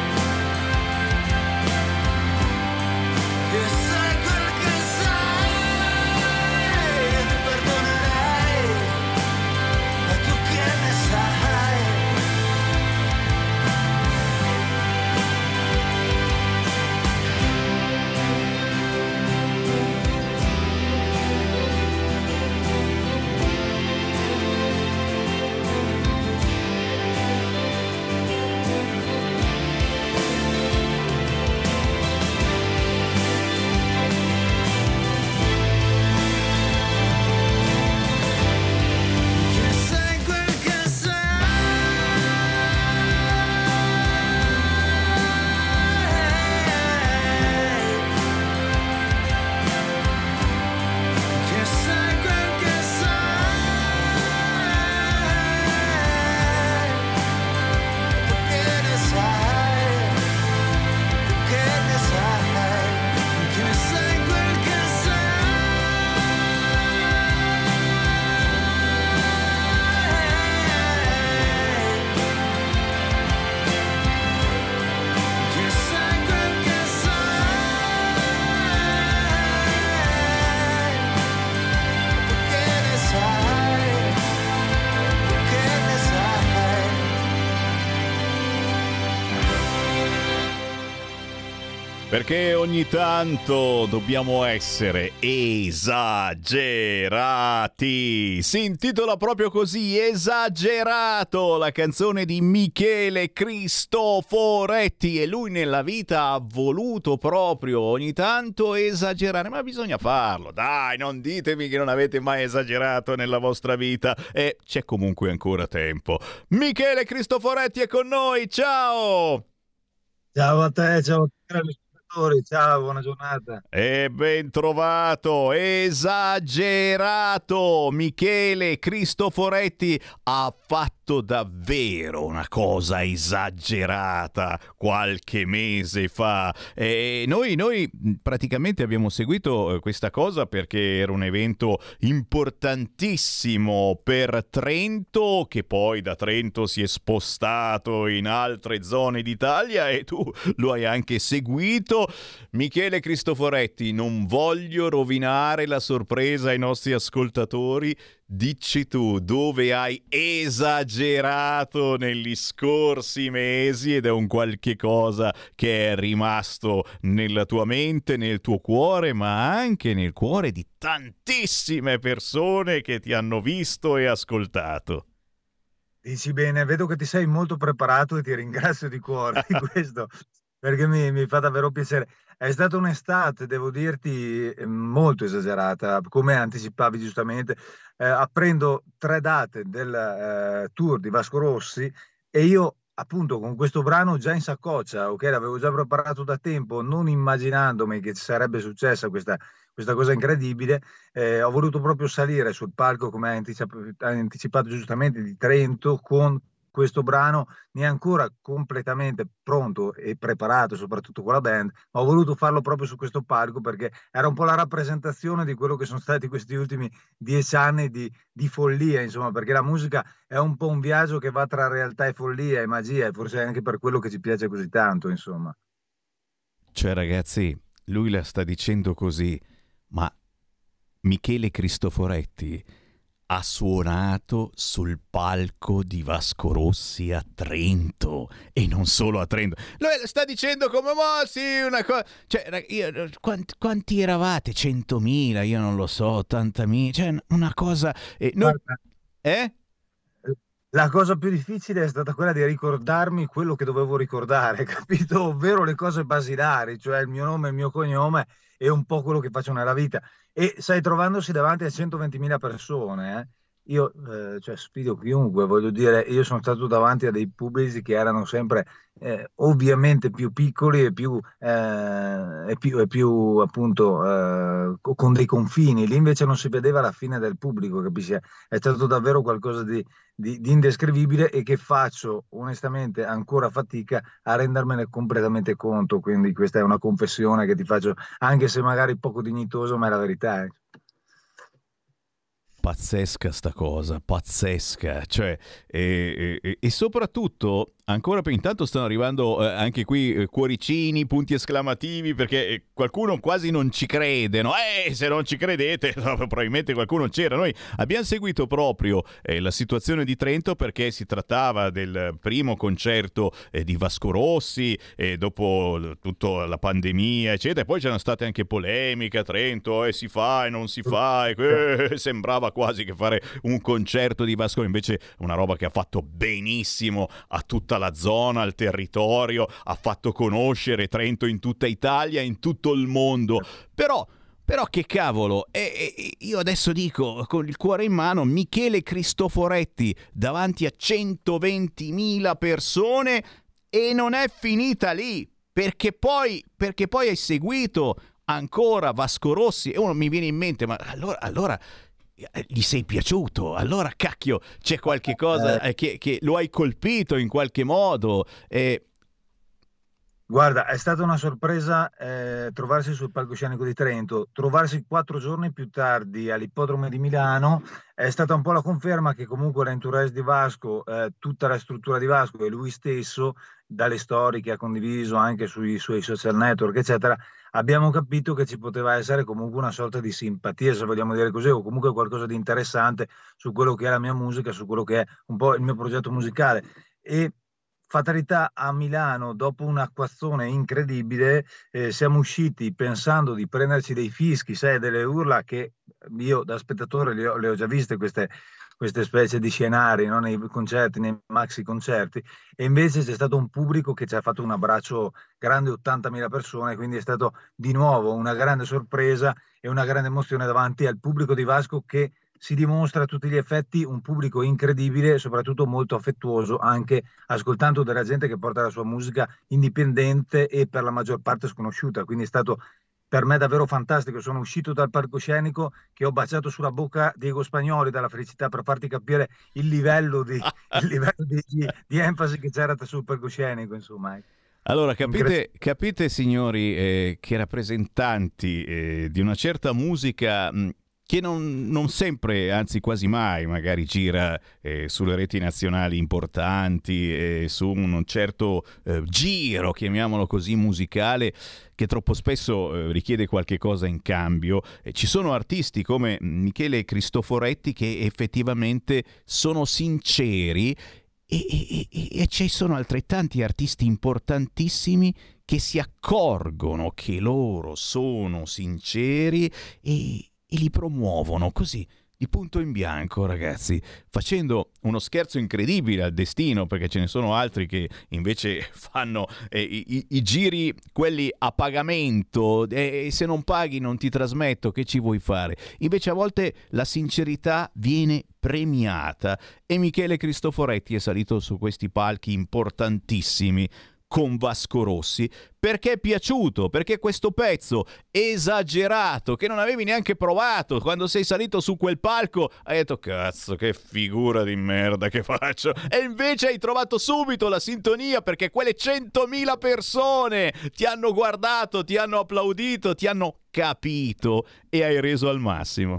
che sai quel che sai, io ti perdonerei, ma tu che ne sai? Perché ogni tanto dobbiamo essere esagerati. Si intitola proprio così, Esagerato, la canzone di Michele Cristoforetti, e lui nella vita ha voluto proprio ogni tanto esagerare, ma bisogna farlo, dai, non ditemi che non avete mai esagerato nella vostra vita, e c'è comunque ancora tempo. Michele Cristoforetti è con noi, ciao! Ciao a te, ciao a te. Ciao, buona giornata. E ben trovato, esagerato. Michele Cristoforetti ha fatto davvero una cosa esagerata qualche mese fa. E noi praticamente abbiamo seguito questa cosa perché era un evento importantissimo per Trento, che poi da Trento si è spostato in altre zone d'Italia, e tu lo hai anche seguito. Michele Cristoforetti, non voglio rovinare la sorpresa ai nostri ascoltatori, dici tu dove hai esagerato negli scorsi mesi, ed è un qualche cosa che è rimasto nella tua mente, nel tuo cuore, ma anche nel cuore di tantissime persone che ti hanno visto e ascoltato. Dici bene, vedo che ti sei molto preparato e ti ringrazio di cuore di questo, perché mi fa davvero piacere. È stata un'estate, devo dirti, molto esagerata, come anticipavi giustamente. Apprendo 3 date del tour di Vasco Rossi e io appunto con questo brano già in saccoccia, ok, l'avevo già preparato da tempo, non immaginandomi che ci sarebbe successa questa cosa incredibile. Ho voluto proprio salire sul palco, come hai anticipato giustamente, di Trento, con questo brano ne è ancora completamente pronto e preparato, soprattutto con la band, ma ho voluto farlo proprio su questo palco perché era un po' la rappresentazione di quello che sono stati questi ultimi 10 anni di follia, insomma, perché la musica è un po' un viaggio che va tra realtà e follia e magia, e forse è anche per quello che ci piace così tanto, insomma. Cioè, ragazzi, lui la sta dicendo così, ma Michele Cristoforetti ha suonato sul palco di Vasco Rossi a Trento, e non solo a Trento. Lui sta dicendo come, ma sì, una cosa... Cioè, quanti eravate? 100.000? Io non lo so, 80.000? Cioè, una cosa... La cosa più difficile è stata quella di ricordarmi quello che dovevo ricordare, capito? Ovvero le cose basilari, cioè il mio nome, il mio cognome e un po' quello che faccio nella vita. E sai, trovandosi davanti a 120.000 persone, io cioè, sfido chiunque, voglio dire, io sono stato davanti a dei pubblici che erano sempre ovviamente più piccoli e più appunto con dei confini. Lì invece non si vedeva la fine del pubblico, capisci? È stato davvero qualcosa di indescrivibile, e che faccio onestamente ancora fatica a rendermene completamente conto. Quindi questa è una confessione che ti faccio, anche se magari poco dignitoso, ma è la verità. Pazzesca sta cosa, pazzesca, cioè, e soprattutto ancora più, intanto stanno arrivando anche qui cuoricini, punti esclamativi, perché qualcuno quasi non ci crede, no? Se non ci credete, no, probabilmente qualcuno c'era. Noi abbiamo seguito proprio la situazione di Trento perché si trattava del primo concerto di Vasco Rossi, dopo tutta la pandemia, eccetera, e poi c'erano state anche polemiche a Trento, si fa e non si fa, sembrava quasi che fare un concerto di Vasco, invece una roba che ha fatto benissimo a tutta la zona, al territorio, ha fatto conoscere Trento in tutta Italia, in tutto il mondo. Però che cavolo, io adesso dico con il cuore in mano, Michele Cristoforetti davanti a 120.000 persone, e non è finita lì, perché poi hai seguito ancora Vasco Rossi, e uno mi viene in mente, ma allora gli sei piaciuto? Allora cacchio, c'è qualche cosa che lo hai colpito in qualche modo? Guarda, è stata una sorpresa trovarsi sul palcoscenico di Trento, trovarsi 4 giorni più tardi all'ippodromo di Milano. È stata un po' la conferma che comunque l'entourage di Vasco, tutta la struttura di Vasco e lui stesso, dalle storie che ha condiviso anche sui suoi social network, eccetera, abbiamo capito che ci poteva essere comunque una sorta di simpatia, se vogliamo dire così, o comunque qualcosa di interessante su quello che è la mia musica, su quello che è un po' il mio progetto musicale. E fatalità, a Milano, dopo un'acquazzone incredibile, siamo usciti pensando di prenderci dei fischi, sai, delle urla, che io da spettatore le ho già viste queste specie di scenari, no? Nei concerti, nei maxi concerti, e invece c'è stato un pubblico che ci ha fatto un abbraccio grande, 80.000 persone, quindi è stato di nuovo una grande sorpresa e una grande emozione davanti al pubblico di Vasco, che si dimostra a tutti gli effetti un pubblico incredibile e soprattutto molto affettuoso, anche ascoltando della gente che porta la sua musica indipendente e per la maggior parte sconosciuta. Quindi è stato per me davvero fantastico. Sono uscito dal palcoscenico che ho baciato sulla bocca Diego Spagnoli dalla felicità, per farti capire il livello di enfasi che c'era sul palcoscenico, insomma. Allora, capite signori, che rappresentanti di una certa musica che non sempre, anzi quasi mai, magari gira sulle reti nazionali importanti, su un certo giro, chiamiamolo così, musicale, che troppo spesso richiede qualche cosa in cambio. Ci sono artisti come Michele Cristoforetti che effettivamente sono sinceri, e ci sono altrettanti artisti importantissimi che si accorgono che loro sono sinceri e li promuovono così, di punto in bianco, ragazzi, facendo uno scherzo incredibile al destino, perché ce ne sono altri che invece fanno i giri, quelli a pagamento, e se non paghi non ti trasmetto, che ci vuoi fare? Invece a volte la sincerità viene premiata, e Michele Cristoforetti è salito su questi palchi importantissimi con Vasco Rossi, perché è piaciuto, perché questo pezzo esagerato che non avevi neanche provato, quando sei salito su quel palco hai detto cazzo che figura di merda che faccio, e invece hai trovato subito la sintonia perché quelle 100.000 persone ti hanno guardato, ti hanno applaudito, ti hanno capito e hai reso al massimo.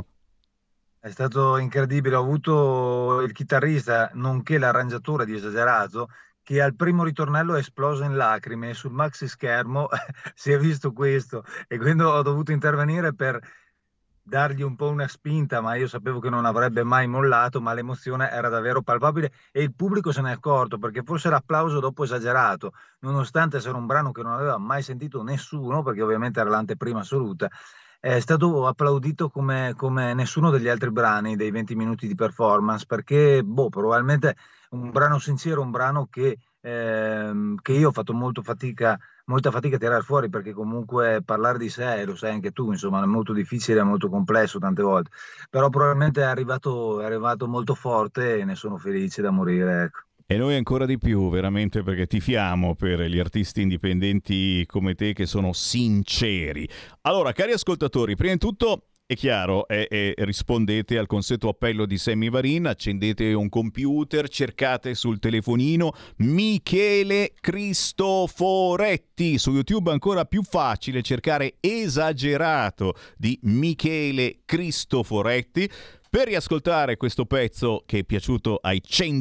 È stato incredibile, ho avuto il chitarrista nonché l'arrangiatore di Esagerato che al primo ritornello è esploso in lacrime, e sul maxi schermo si è visto questo, e quindi ho dovuto intervenire per dargli un po' una spinta, ma io sapevo che non avrebbe mai mollato, ma l'emozione era davvero palpabile e il pubblico se n'è accorto, perché forse l'applauso dopo Esagerato, nonostante essere un brano che non aveva mai sentito nessuno, perché ovviamente era l'anteprima assoluta, è stato applaudito come nessuno degli altri brani dei 20 minuti di performance, perché probabilmente un brano sincero, un brano che io ho fatto molta fatica a tirare fuori, perché comunque parlare di sé, lo sai anche tu, insomma, è molto difficile, è molto complesso tante volte, però probabilmente è arrivato molto forte e ne sono felice da morire, ecco. E noi ancora di più, veramente, perché tifiamo per gli artisti indipendenti come te che sono sinceri. Allora, cari ascoltatori, prima di tutto è chiaro, rispondete al consueto appello di Sammy Varin, accendete un computer, cercate sul telefonino Michele Cristoforetti, su YouTube ancora più facile cercare Esagerato di Michele Cristoforetti, per riascoltare questo pezzo che è piaciuto ai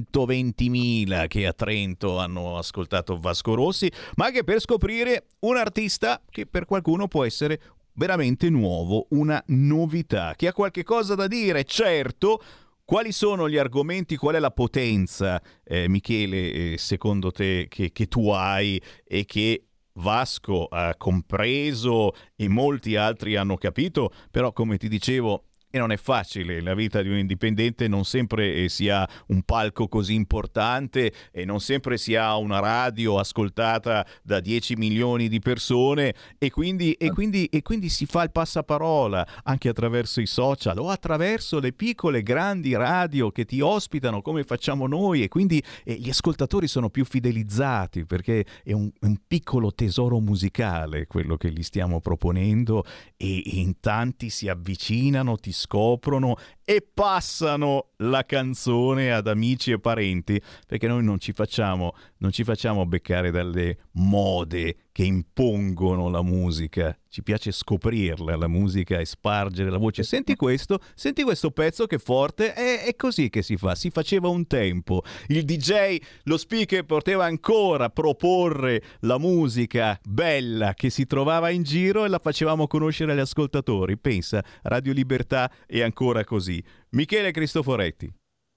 120.000 che a Trento hanno ascoltato Vasco Rossi, ma anche per scoprire un artista che per qualcuno può essere veramente nuovo, una novità, che ha qualche cosa da dire, certo. Quali sono gli argomenti, qual è la potenza, Michele, secondo te, che tu hai e che Vasco ha compreso e molti altri hanno capito, però come ti dicevo, e non è facile, la vita di un indipendente non sempre si ha un palco così importante e non sempre si ha una radio ascoltata da 10 milioni di persone e quindi si fa il passaparola anche attraverso i social o attraverso le piccole grandi radio che ti ospitano come facciamo noi, e quindi gli ascoltatori sono più fidelizzati perché è un piccolo tesoro musicale quello che gli stiamo proponendo, e in tanti si avvicinano, ti scoprono e passano la canzone ad amici e parenti, perché noi non ci facciamo beccare dalle mode che impongono la musica, ci piace scoprirla la musica e spargere la voce. Senti questo pezzo che forte, è così che si fa, si faceva un tempo, il DJ, lo speaker poteva ancora proporre la musica bella che si trovava in giro e la facevamo conoscere agli ascoltatori. Pensa, Radio Libertà è ancora così. Michele Cristoforetti.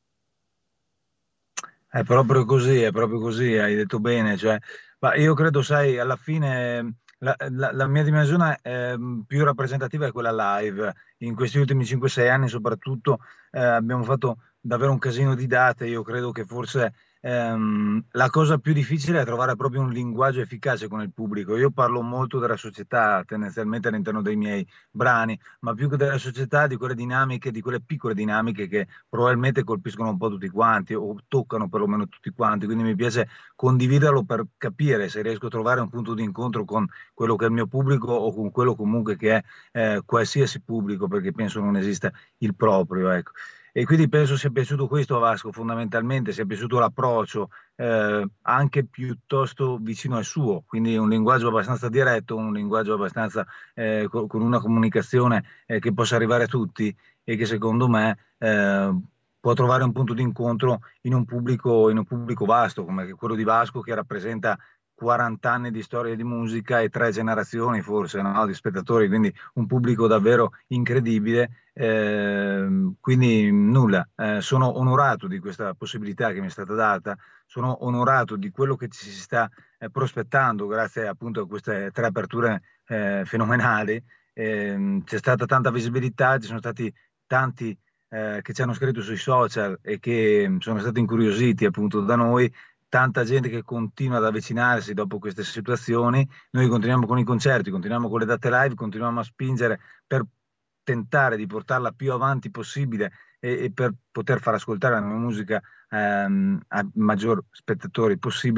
È proprio così, hai detto bene, cioè, ma io credo, sai, alla fine la mia dimensione più rappresentativa è quella live. In questi ultimi 5-6 anni soprattutto abbiamo fatto davvero un casino di date. Io credo che forse la cosa più difficile è trovare proprio un linguaggio efficace con il pubblico. Io parlo molto della società tendenzialmente all'interno dei miei brani, ma più che della società, di quelle dinamiche, di quelle piccole dinamiche che probabilmente colpiscono un po' tutti quanti o toccano perlomeno tutti quanti, quindi mi piace condividerlo per capire se riesco a trovare un punto di incontro con quello che è il mio pubblico o con quello comunque che è qualsiasi pubblico, perché penso non esista il proprio, ecco. E quindi penso sia piaciuto questo a Vasco, fondamentalmente sia piaciuto l'approccio anche piuttosto vicino al suo, quindi un linguaggio abbastanza diretto, un linguaggio abbastanza con una comunicazione che possa arrivare a tutti e che secondo me può trovare un punto di incontro in un pubblico vasto come quello di Vasco, che rappresenta 40 anni di storia di musica e 3 generazioni forse, no, di spettatori, quindi un pubblico davvero incredibile. Quindi nulla, sono onorato di questa possibilità che mi è stata data, sono onorato di quello che ci si sta prospettando grazie appunto a queste 3 aperture fenomenali. C'è stata tanta visibilità, ci sono stati tanti che ci hanno scritto sui social e che sono stati incuriositi appunto da noi, tanta gente che continua ad avvicinarsi dopo queste situazioni. Noi continuiamo con i concerti, continuiamo con le date live, continuiamo a spingere per tentare di portarla più avanti possibile e per poter far ascoltare la mia musica a maggior spettatori possibile,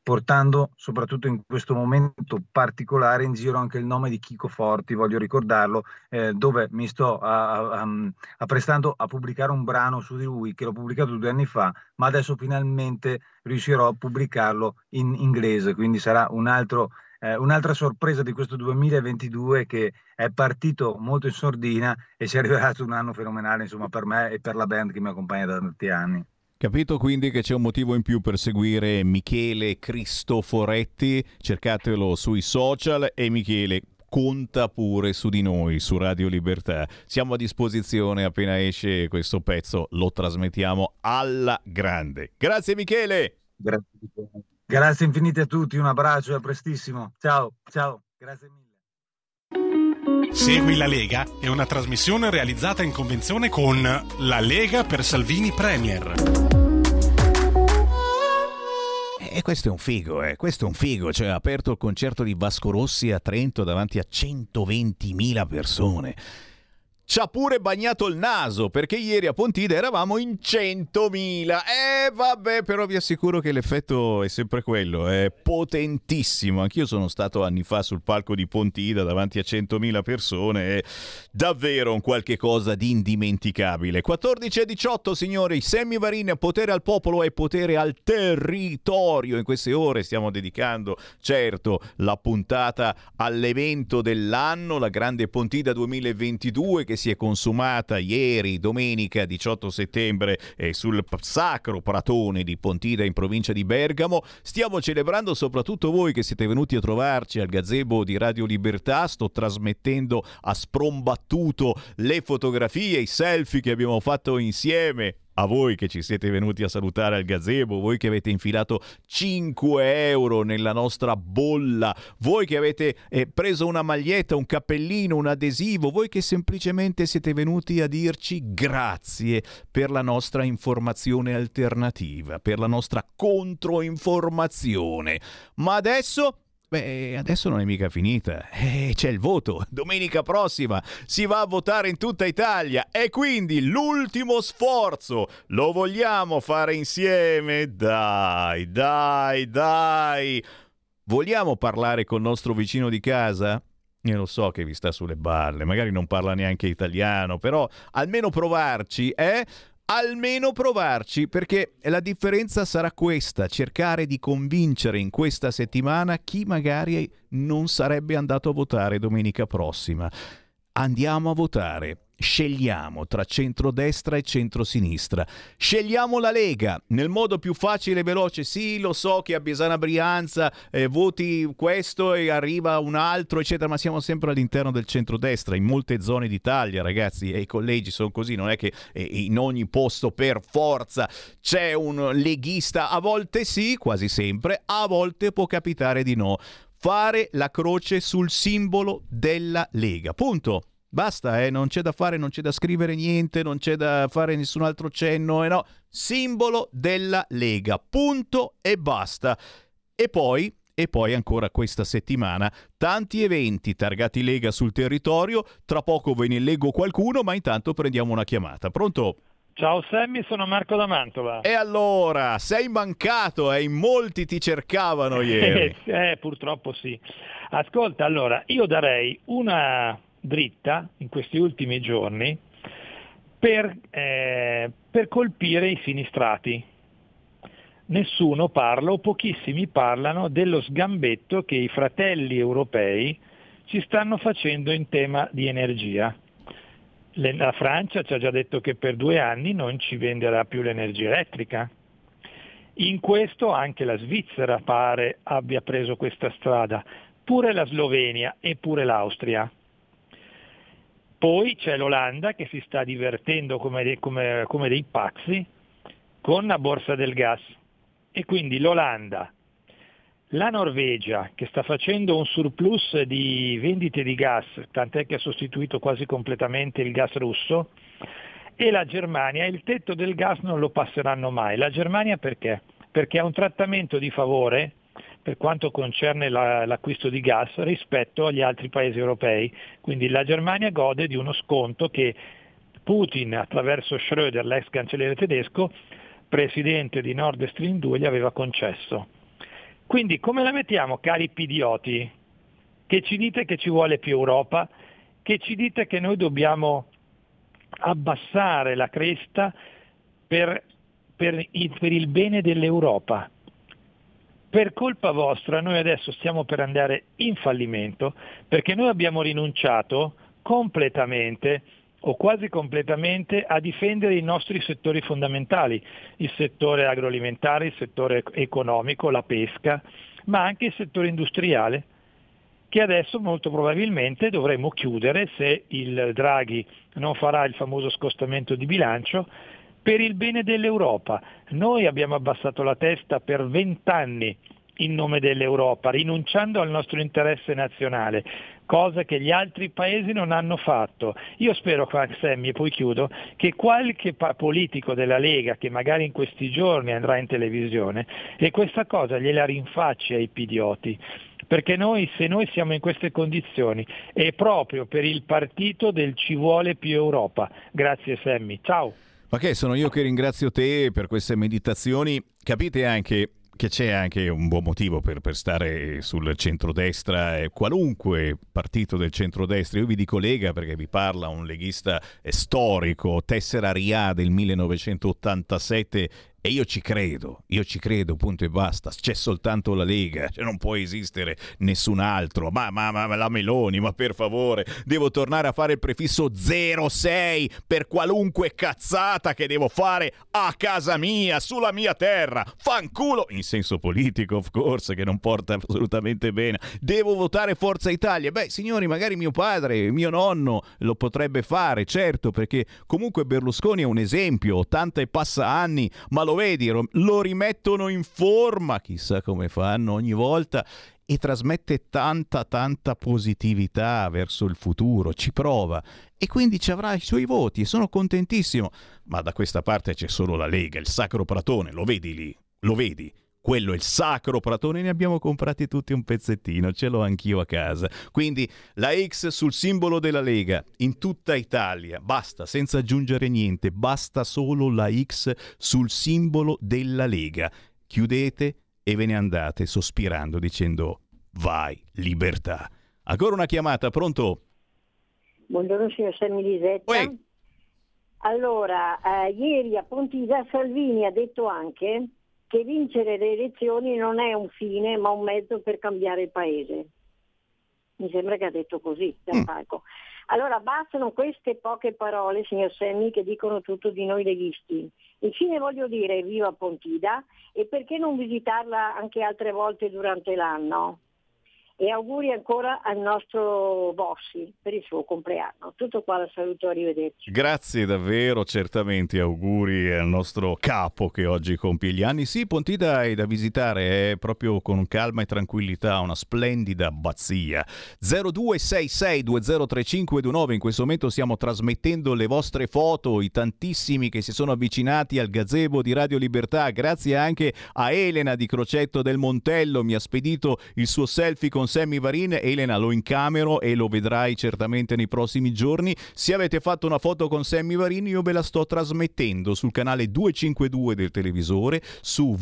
portando soprattutto in questo momento particolare in giro anche il nome di Chico Forti, voglio ricordarlo, dove mi sto apprestando a pubblicare un brano su di lui che l'ho pubblicato 2 anni fa, ma adesso finalmente riuscirò a pubblicarlo in inglese, quindi sarà un'altra sorpresa di questo 2022 che è partito molto in sordina e si è rivelato un anno fenomenale, insomma, per me e per la band che mi accompagna da tanti anni. Capito quindi che c'è un motivo in più per seguire Michele Cristoforetti, cercatelo sui social e Michele conta pure su di noi, su Radio Libertà. Siamo a disposizione, appena esce questo pezzo lo trasmettiamo alla grande. Grazie Michele! Grazie infinite a tutti, un abbraccio e a prestissimo. Ciao, grazie mille. Segui la Lega è una trasmissione realizzata in convenzione con La Lega per Salvini Premier. E questo è un figo, cioè ha aperto il concerto di Vasco Rossi a Trento davanti a 120.000 persone. Ci ha pure bagnato il naso, perché ieri a Pontida eravamo in 100.000. Vabbè, però vi assicuro che l'effetto è sempre quello, è potentissimo. Anch'io sono stato anni fa sul palco di Pontida davanti a 100.000 persone, è davvero un qualche cosa di indimenticabile. 14:18, signori, Sammy Varin, potere al popolo e potere al territorio. In queste ore stiamo dedicando, certo, la puntata all'evento dell'anno, la grande Pontida 2022, che si è consumata ieri, domenica 18 settembre, sul sacro pratone di Pontida in provincia di Bergamo. Stiamo celebrando soprattutto voi che siete venuti a trovarci al gazebo di Radio Libertà. Sto trasmettendo a sprombattuto le fotografie, i selfie che abbiamo fatto insieme. A voi che ci siete venuti a salutare al gazebo, voi che avete infilato 5 euro nella nostra bolla, voi che avete preso una maglietta, un cappellino, un adesivo, voi che semplicemente siete venuti a dirci grazie per la nostra informazione alternativa, per la nostra controinformazione. Ma adesso non è mica finita, c'è il voto, domenica prossima si va a votare in tutta Italia e quindi l'ultimo sforzo lo vogliamo fare insieme? Dai, vogliamo parlare col nostro vicino di casa? Io lo so che vi sta sulle balle, magari non parla neanche italiano, però almeno provarci, Almeno provarci, perché la differenza sarà questa: cercare di convincere in questa settimana chi magari non sarebbe andato a votare domenica prossima. Andiamo a votare. Scegliamo tra centrodestra e centrosinistra. Scegliamo la Lega nel modo più facile e veloce. Sì, lo so che a Besana Brianza voti questo e arriva un altro, eccetera, ma siamo sempre all'interno del centrodestra in molte zone d'Italia, ragazzi, e i collegi sono così. Non è che in ogni posto per forza c'è un leghista. A volte sì, quasi sempre, a volte può capitare di no. Fare la croce sul simbolo della Lega, punto. Basta, non c'è da fare, non c'è da scrivere niente, non c'è da fare nessun altro cenno, no. Simbolo della Lega, punto e basta. E poi ancora questa settimana tanti eventi targati Lega sul territorio. Tra poco ve ne leggo qualcuno, ma intanto prendiamo una chiamata. Pronto? Ciao Sammy, sono Marco da Mantova. E allora, sei mancato, in molti ti cercavano ieri. Purtroppo sì. Ascolta, allora, io darei una dritta in questi ultimi giorni per colpire i sinistrati. Nessuno parla, o pochissimi parlano, dello sgambetto che i fratelli europei ci stanno facendo in tema di energia. La Francia ci ha già detto che per 2 anni non ci venderà più l'energia elettrica. In questo anche la Svizzera pare abbia preso questa strada, pure la Slovenia e pure l'Austria. Poi c'è l'Olanda che si sta divertendo come dei pazzi con la borsa del gas, e quindi l'Olanda, la Norvegia che sta facendo un surplus di vendite di gas, tant'è che ha sostituito quasi completamente il gas russo, e la Germania. Il tetto del gas non lo passeranno mai. La Germania perché? Perché ha un trattamento di favore per quanto concerne l'acquisto di gas rispetto agli altri paesi europei. Quindi la Germania gode di uno sconto che Putin, attraverso Schröder, l'ex cancelliere tedesco, presidente di Nord Stream 2, gli aveva concesso. Quindi come la mettiamo, cari pidioti? Che ci dite che ci vuole più Europa? Che ci dite che noi dobbiamo abbassare la cresta per il bene dell'Europa? Per colpa vostra noi adesso stiamo per andare in fallimento, perché noi abbiamo rinunciato completamente o quasi completamente a difendere i nostri settori fondamentali, il settore agroalimentare, il settore economico, la pesca, ma anche il settore industriale, che adesso molto probabilmente dovremo chiudere se il Draghi non farà il famoso scostamento di bilancio per il bene dell'Europa. Noi abbiamo abbassato la testa per 20 anni in nome dell'Europa, rinunciando al nostro interesse nazionale, cosa che gli altri paesi non hanno fatto. Io spero, Sammy, e poi chiudo, che qualche politico della Lega che magari in questi giorni andrà in televisione e questa cosa gliela rinfacci ai pidioti, perché se noi siamo in queste condizioni è proprio per il partito del ci vuole più Europa. Grazie Sammy, ciao. Ma che sono io che ringrazio te per queste meditazioni. Capite anche che c'è anche un buon motivo per stare sul centrodestra, qualunque partito del centrodestra. Io vi dico Lega perché vi parla un leghista storico, tessera RIA del 1987, e io ci credo, punto e basta. C'è soltanto la Lega, cioè non può esistere nessun altro. Ma la Meloni, ma per favore, devo tornare a fare il prefisso 06 per qualunque cazzata che devo fare a casa mia, sulla mia terra. Fanculo, in senso politico, of course, che non porta assolutamente bene. Devo votare Forza Italia. Beh, signori, magari mio padre, mio nonno lo potrebbe fare, certo, perché comunque Berlusconi è un esempio, 80 e passa anni, ma lo vedi, lo rimettono in forma, chissà come fanno ogni volta, e trasmette tanta positività verso il futuro, ci prova e quindi ci avrà i suoi voti e sono contentissimo. Ma da questa parte c'è solo la Lega, il Sacro Pratone, lo vedi lì? Lo vedi? Quello è il Sacro Pratone, ne abbiamo comprati tutti un pezzettino, ce l'ho anch'io a casa. Quindi la X sul simbolo della Lega in tutta Italia, basta, senza aggiungere niente, basta solo la X sul simbolo della Lega. Chiudete e ve ne andate sospirando dicendo vai, libertà. Ancora una chiamata, pronto? Buongiorno signor Sammy Lisetta. Uè. Allora, ieri a Pontida Salvini ha detto anche che vincere le elezioni non è un fine ma un mezzo per cambiare il paese. Mi sembra che ha detto così dal palco. Allora bastano queste poche parole, signor Sammy, che dicono tutto di noi leghisti. Infine voglio dire viva Pontida e perché non visitarla anche altre volte durante l'anno? E auguri ancora al nostro Bossi per il suo compleanno. Tutto qua, la saluto, arrivederci. Grazie davvero, certamente auguri al nostro capo che oggi compie gli anni. Sì, Pontida è da visitare, è proprio con calma e tranquillità, una splendida abbazia. 0266203529, in questo momento stiamo trasmettendo le vostre foto, i tantissimi che si sono avvicinati al gazebo di Radio Libertà, grazie anche a Elena di Crocetto del Montello, mi ha spedito il suo selfie con Sammy Varin. Elena, lo incamero e lo vedrai certamente nei prossimi giorni. Se avete fatto una foto con Sammy Varin, io ve la sto trasmettendo sul canale 252 del televisore, su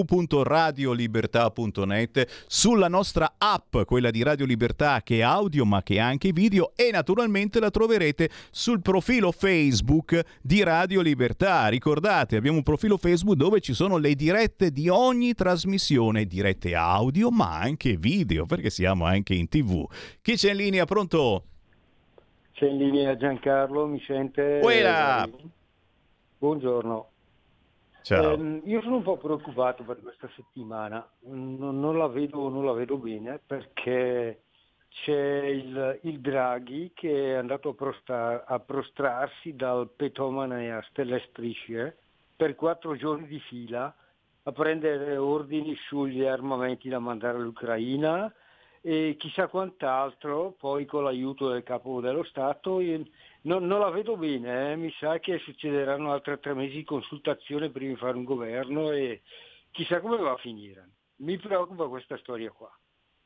www.radiolibertà.net, sulla nostra app, quella di Radio Libertà, che è audio ma che è anche video, e naturalmente la troverete sul profilo Facebook di Radio Libertà. Ricordate, abbiamo un profilo Facebook dove ci sono le dirette di ogni trasmissione, dirette audio ma anche video, perché siamo anche in TV. Chi c'è in linea? Pronto? C'è in linea Giancarlo, mi sente? Uela! Buongiorno. Ciao. Io sono un po' preoccupato per questa settimana, non la vedo bene, perché c'è il Draghi che è andato a prostrarsi dal Petomane a Stelle Strisce per 4 giorni di fila a prendere ordini sugli armamenti da mandare all'Ucraina e chissà quant'altro, poi con l'aiuto del capo dello Stato. Non la vedo bene, mi sa che succederanno altri 3 mesi di consultazione prima di fare un governo e chissà come va a finire. Mi preoccupa questa storia qua.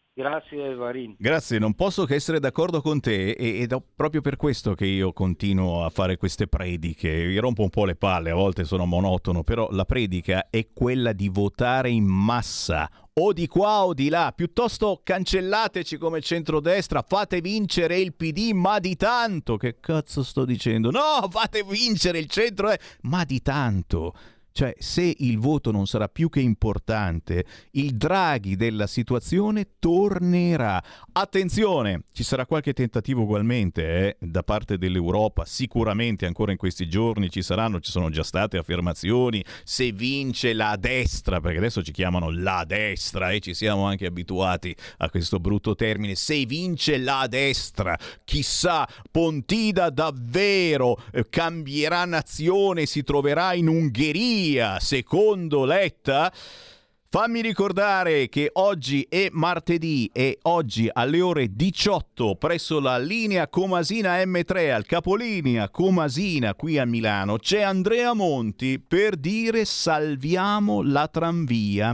Grazie Varin. Grazie, non posso che essere d'accordo con te ed è proprio per questo che io continuo a fare queste prediche. Mi rompo un po' le palle, a volte sono monotono, però la predica è quella di votare in massa, o di qua o di là, piuttosto cancellateci come centrodestra, fate vincere il PD, ma di tanto. Che cazzo sto dicendo? No, fate vincere il centro, ma di tanto. Cioè, se il voto non sarà più che importante, il Draghi della situazione tornerà. Attenzione, ci sarà qualche tentativo ugualmente da parte dell'Europa, sicuramente ancora in questi giorni ci sono già state affermazioni, se vince la destra, perché adesso ci chiamano la destra e ci siamo anche abituati a questo brutto termine, se vince la destra, chissà, Pontida davvero cambierà nazione, si troverà in Ungheria, secondo Letta? Fammi ricordare che oggi è martedì e oggi alle ore 18 presso la linea Comasina M3 al capolinea Comasina qui a Milano c'è Andrea Monti per dire salviamo la tranvia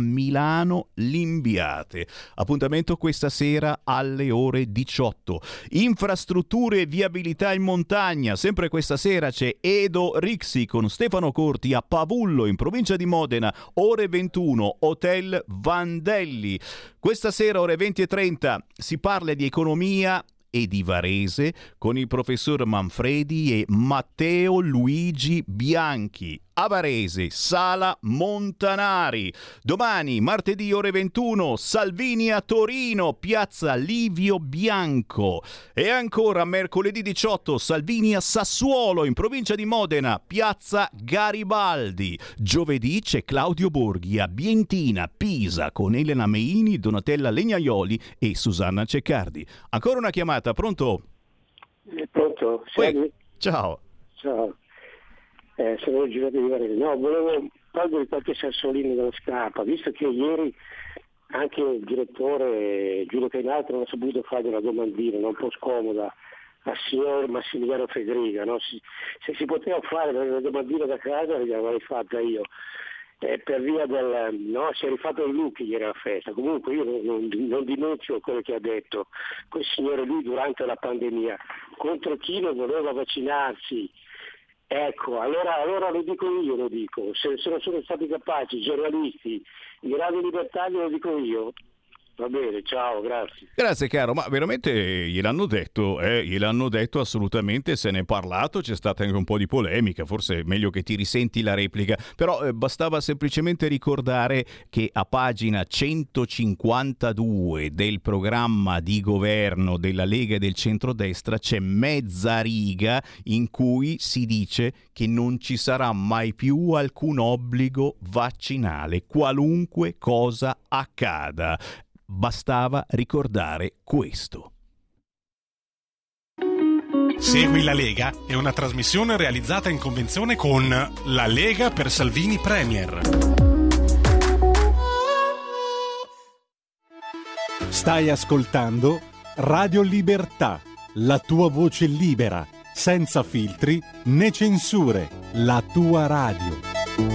Milano-Limbiate. Appuntamento questa sera alle ore 18. Infrastrutture e viabilità in montagna. Sempre questa sera c'è Edo Rixi con Stefano Corti a Pavullo in provincia di Modena, ore 21, Hotel Vandelli. Questa sera ore 20:30 si parla di economia e di Varese con il professor Manfredi e Matteo Luigi Bianchi. A Varese, Sala Montanari. Domani, martedì ore 21, Salvini a Torino, piazza Livio Bianco. E ancora mercoledì 18, Salvini a Sassuolo, in provincia di Modena, piazza Garibaldi. Giovedì c'è Claudio Borghi a Bientina, Pisa, con Elena Meini, Donatella Legnaioli e Susanna Ceccardi. Ancora una chiamata, pronto? Pronto? Ciao. Ciao. Sono girato di Varese. No, volevo togliere qualche sassolino dalla scarpa, visto che ieri anche il direttore Giulio Cainaltro non ha saputo fare una domandina un po' scomoda al signor Massimiliano Federica, no? Se si poteva fare una domandina da casa l'avrei fatta io. Per via del si è rifatto il look ieri alla festa. Comunque io non dimentico quello che ha detto quel signore lui durante la pandemia contro chi non voleva vaccinarsi. Ecco, allora lo dico io, se non sono stati capaci i giornalisti di Radio Libertà lo dico io. Va bene, ciao, grazie. Grazie caro, ma veramente gliel'hanno detto assolutamente, se ne è parlato, c'è stata anche un po' di polemica, forse è meglio che ti risenti la replica, però bastava semplicemente ricordare che a pagina 152 del programma di governo della Lega e del centrodestra c'è mezza riga in cui si dice che non ci sarà mai più alcun obbligo vaccinale, qualunque cosa accada. Bastava ricordare questo. Segui la Lega è una trasmissione realizzata in convenzione con La Lega per Salvini Premier. Stai ascoltando Radio Libertà, la tua voce libera, senza filtri né censure, la tua radio.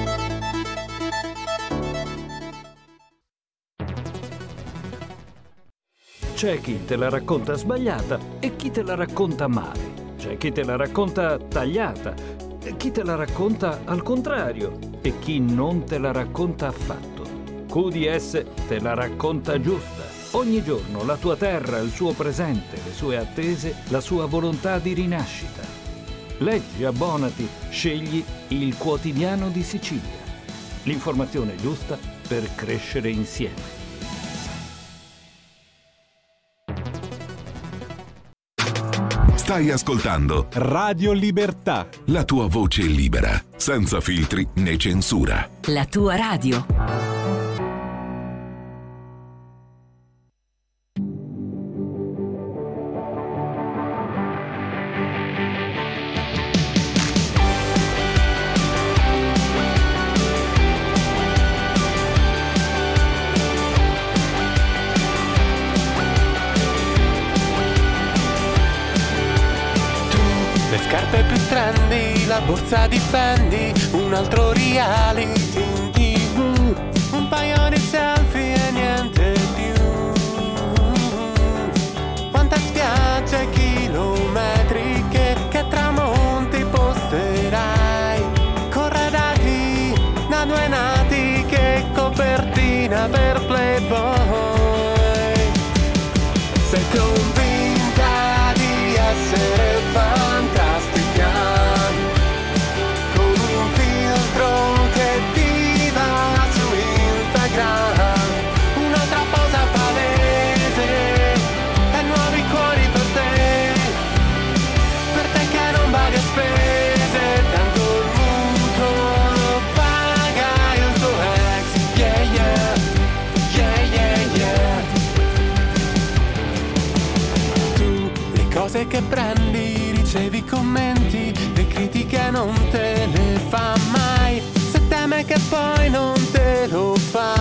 C'è chi te la racconta sbagliata e chi te la racconta male. C'è chi te la racconta tagliata e chi te la racconta al contrario e chi non te la racconta affatto. QDS te la racconta giusta. Ogni giorno la tua terra, il suo presente, le sue attese, la sua volontà di rinascita. Leggi, abbonati, scegli il Quotidiano di Sicilia. L'informazione giusta per crescere insieme. Stai ascoltando Radio Libertà, la tua voce libera, senza filtri né censura. La tua radio. La borsa di Fendi, un altro reality in TV, un paio di selfie e niente più. cose che prendi, ricevi commenti, le critiche non te le fa mai, se teme che poi non te lo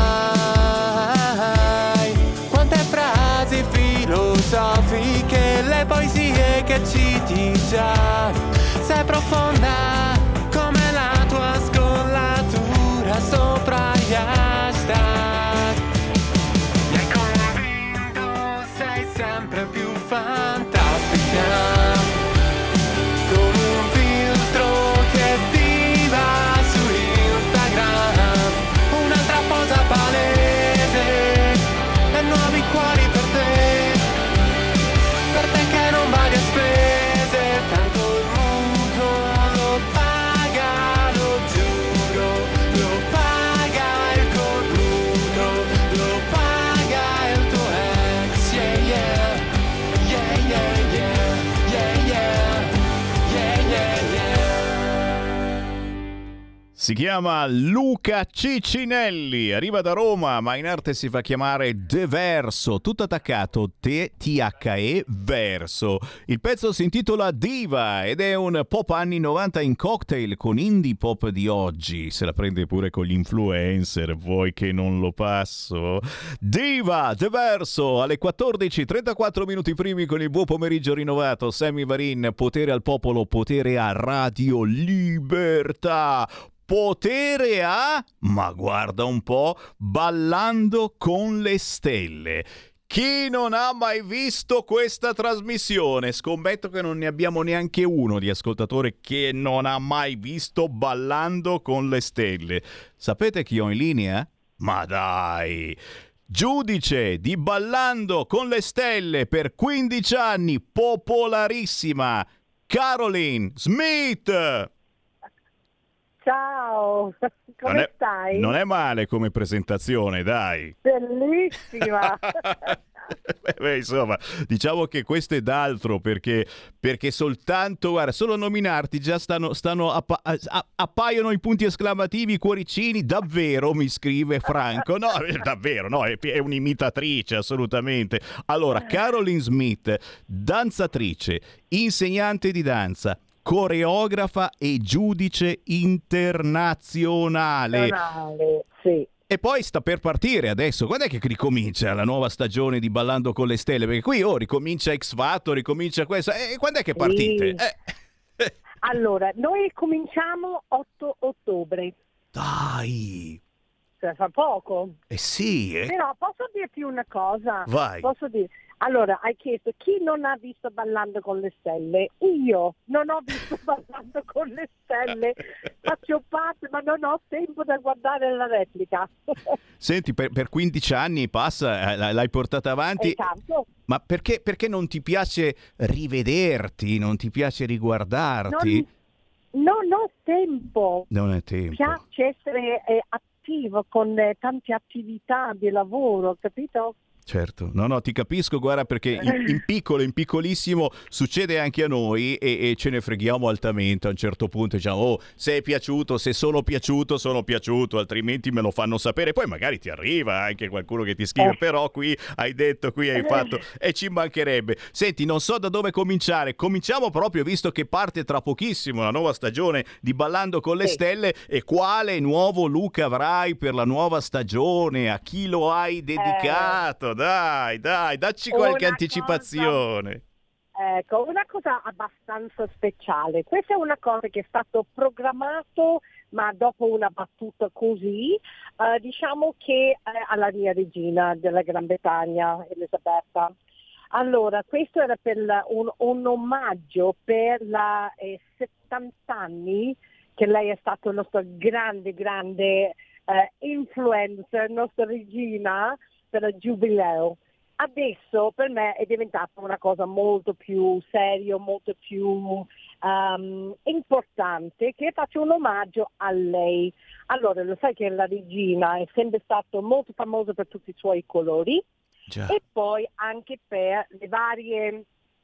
fai. Quante frasi filosofiche, le poesie che citi già, sei profonda come la tua scollatura sopra gli hashtag. Mi hai convinto, sei sempre più fantastica, con un filtro che diva su Instagram, un'altra posa palese e nuovi cuori per te che non vai a spese, tanto il mutuo lo paga, lo giuro, lo paga il contributo, lo paga il tuo ex, yeah yeah, yeah yeah yeah, yeah yeah, yeah yeah yeah. Si chiama Luca Ciccinelli, arriva da Roma, ma in arte si fa chiamare De Verso, tutto attaccato, THE Verso. Il pezzo si intitola Diva ed è un pop anni 90 in cocktail con indie pop di oggi. Se la prende pure con gli influencer, vuoi che non lo passo? Diva, De Verso, alle 14:34 minuti primi con il buon pomeriggio rinnovato. Sammy Varin, potere al popolo, potere a Radio Libertà. Potere a, ma guarda un po', Ballando con le stelle. Chi non ha mai visto questa trasmissione? Scommetto che non ne abbiamo neanche uno di ascoltatore che non ha mai visto Ballando con le stelle. Sapete chi ho in linea? Ma dai! Giudice di Ballando con le stelle per 15 anni, popolarissima, Caroline Smith! Ciao, come stai? Non è male come presentazione, dai. Bellissima. Beh, insomma, diciamo che questo è d'altro perché soltanto, guarda, solo a nominarti già appaiono i punti esclamativi, i cuoricini. Davvero, mi scrive Franco. No, davvero, no, è un'imitatrice assolutamente. Allora, Caroline Smith, danzatrice, insegnante di danza, coreografa e giudice internazionale. Sì. E poi sta per partire adesso. Quando è che ricomincia la nuova stagione di Ballando con le stelle? Perché qui ricomincia X Factor, ricomincia questo. E quando è che partite? Allora, noi cominciamo 8 ottobre. Dai! Cioè, fa poco. Sì, Però posso dirti una cosa? Vai. Posso dire? Allora, hai chiesto chi non ha visto Ballando con le stelle. Io non ho visto Ballando con le stelle, faccio parte, ma non ho tempo da guardare la replica. Senti, per 15 anni passa, l'hai portata avanti. Esatto. Ma perché non ti piace rivederti, non ti piace riguardarti? Non ho tempo. Non è tempo. Piace essere attivo con tante attività di lavoro, capito? Certo, no, ti capisco, guarda, perché in piccolo, in piccolissimo succede anche a noi e ce ne freghiamo altamente. A un certo punto diciamo, se è piaciuto, se sono piaciuto, altrimenti me lo fanno sapere. Poi magari ti arriva anche qualcuno che ti scrive, però qui hai detto, qui hai fatto, e ci mancherebbe. Senti, non so da dove cominciare. Cominciamo proprio, visto che parte tra pochissimo la nuova stagione di Ballando con le stelle, e quale nuovo look avrai per la nuova stagione? A chi lo hai dedicato? Dai, dacci qualche anticipazione. Ecco, una cosa abbastanza speciale. Questa è una cosa che è stato programmato, ma dopo una battuta così, diciamo che alla mia regina della Gran Bretagna, Elisabetta. Allora, questo era per un omaggio per la 70 anni che lei è stata nostra grande influencer, nostra regina per il giubileo. Adesso per me è diventata una cosa molto più seria, molto più importante, che faccio un omaggio a lei. Allora, lo sai che la regina è sempre stata molto famosa per tutti i suoi colori. Già. E poi anche per le varie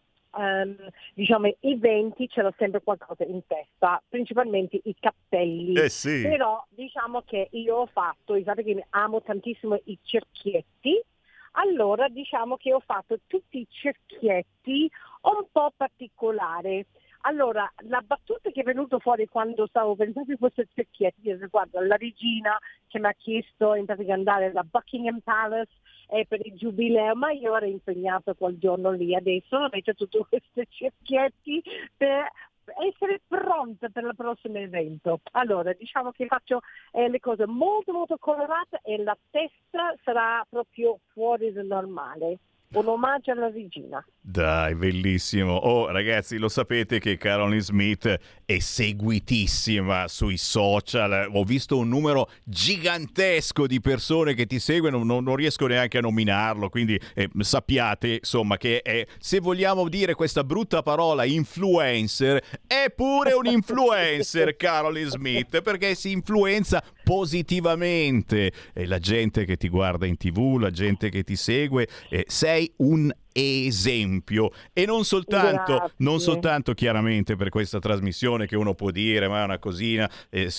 eventi c'era sempre qualcosa in testa, principalmente i cappelli. Sì. Però diciamo che io ho fatto, sapete che amo tantissimo i cerchietti, allora diciamo che ho fatto tutti i cerchietti un po' particolari. Allora, la battuta che è venuta fuori quando stavo pensando in questi cerchietti riguardo la regina che mi ha chiesto in pratica andare da Buckingham Palace per il giubileo, ma io ero impegnata quel giorno lì, adesso ho messo tutti questi cerchietti per essere pronta per il prossimo evento. Allora, diciamo che faccio le cose molto molto colorate e la testa sarà proprio fuori del normale. Un omaggio alla regina. Dai, bellissimo. Oh, ragazzi, lo sapete che Caroline Smith è seguitissima sui social. Ho visto un numero gigantesco di persone che ti seguono, non riesco neanche a nominarlo, quindi sappiate, insomma, che se vogliamo dire questa brutta parola influencer, è pure un influencer Caroline Smith, perché si influenza positivamente la gente che ti guarda in TV, la gente che ti segue. Sei un esempio e non soltanto chiaramente per questa trasmissione che uno può dire ma è una cosina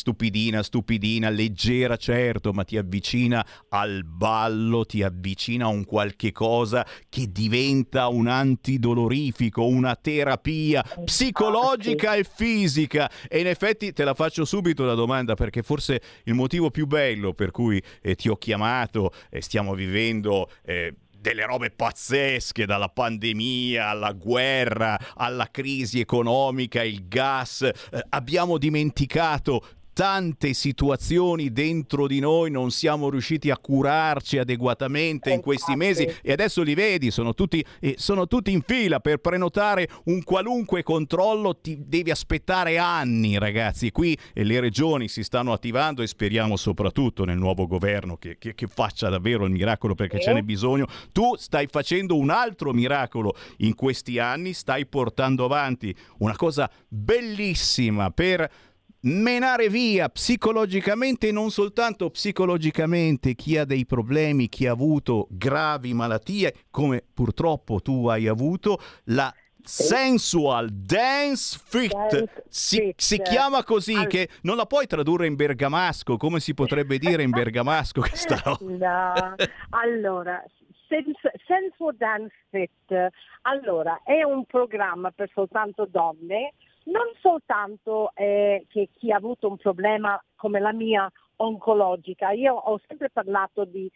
stupidina, leggera, certo, ma ti avvicina al ballo, ti avvicina a un qualche cosa che diventa un antidolorifico, una terapia psicologica e fisica. E in effetti te la faccio subito la domanda, perché forse il motivo più bello per cui ti ho chiamato, stiamo vivendo delle robe pazzesche, dalla pandemia alla guerra, alla crisi economica, il gas, abbiamo dimenticato tante situazioni dentro di noi, non siamo riusciti a curarci adeguatamente in questi mesi e adesso li vedi, sono tutti in fila per prenotare un qualunque controllo, ti devi aspettare anni, ragazzi. Qui le regioni si stanno attivando e speriamo soprattutto nel nuovo governo che faccia davvero il miracolo, perché ce n'è bisogno. Tu stai facendo un altro miracolo in questi anni, stai portando avanti una cosa bellissima per menare via psicologicamente, e non soltanto psicologicamente, chi ha dei problemi, chi ha avuto gravi malattie come purtroppo tu hai avuto. La Sensual Dance Fit si chiama così, che non la puoi tradurre in bergamasco, come si potrebbe dire in bergamasco questa roba? No, allora Sensual Dance Fit, allora è un programma per soltanto donne, non soltanto che chi ha avuto un problema come la mia oncologica. Io ho sempre parlato di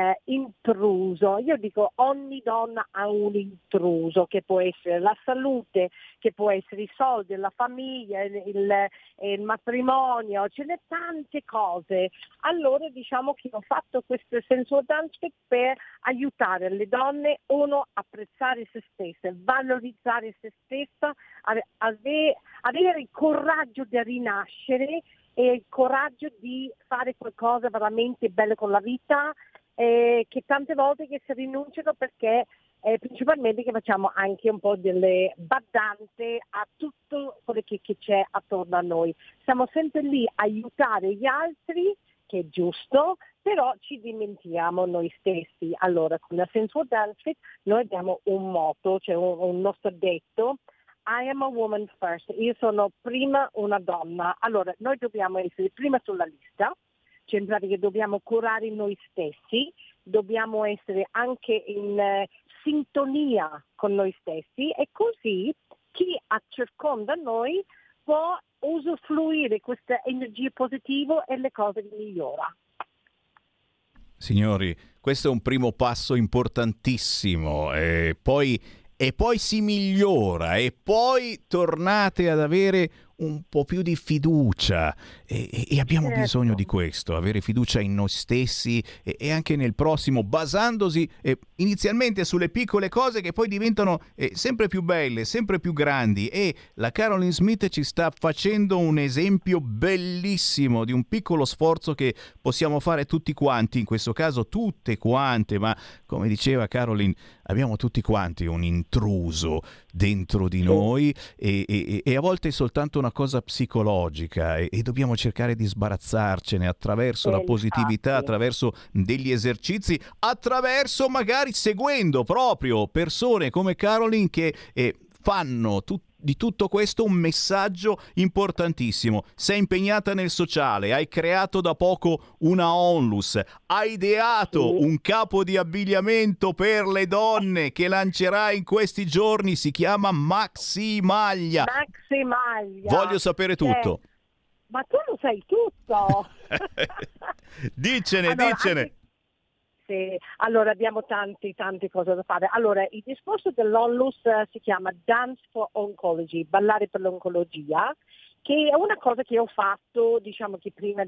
intruso. Io dico ogni donna ha un intruso, che può essere la salute, che può essere i soldi, la famiglia, il matrimonio, ce n'è tante cose. Allora diciamo che ho fatto questo Sensual Dance Fit per aiutare le donne, uno, a apprezzare se stesse, valorizzare se stessa, avere il coraggio di rinascere e il coraggio di fare qualcosa veramente bello con la vita, che tante volte che si rinunciano perché principalmente che facciamo anche un po' delle badante a tutto quello che c'è attorno a noi. Siamo sempre lì a aiutare gli altri, che è giusto, però ci dimentichiamo noi stessi. Allora con la Sensual Dance Fit noi abbiamo un motto, cioè un nostro detto: I am a woman first, io sono prima una donna. Allora noi dobbiamo essere prima sulla lista, cioè in pratica dobbiamo curare noi stessi, dobbiamo essere anche in sintonia con noi stessi, e così chi circonda noi può usufruire questa energia positiva e le cose che migliora. Signori, questo è un primo passo importantissimo, e poi si migliora, e poi tornate ad avere un po' più di fiducia e abbiamo bisogno di questo, avere fiducia in noi stessi e anche nel prossimo, basandosi inizialmente sulle piccole cose che poi diventano sempre più belle, sempre più grandi. E la Caroline Smith ci sta facendo un esempio bellissimo di un piccolo sforzo che possiamo fare tutti quanti, in questo caso tutte quante, ma come diceva Caroline, abbiamo tutti quanti un intruso dentro di noi e a volte è soltanto una cosa psicologica e dobbiamo cercare di sbarazzarcene attraverso la positività, attraverso degli esercizi, attraverso magari seguendo proprio persone come Caroline che fanno di tutto questo un messaggio importantissimo. Sei impegnata nel sociale, hai creato da poco una onlus, hai ideato un capo di abbigliamento per le donne che lancerai in questi giorni, si chiama Maxi Maglia. Maxi Maglia. Voglio sapere tutto. Ma tu lo sai tutto. Dicene. Anche, sì, allora abbiamo tante cose da fare. Allora, il discorso dell'onlus si chiama Dance for Oncology, ballare per l'oncologia, che è una cosa che ho fatto, diciamo che prima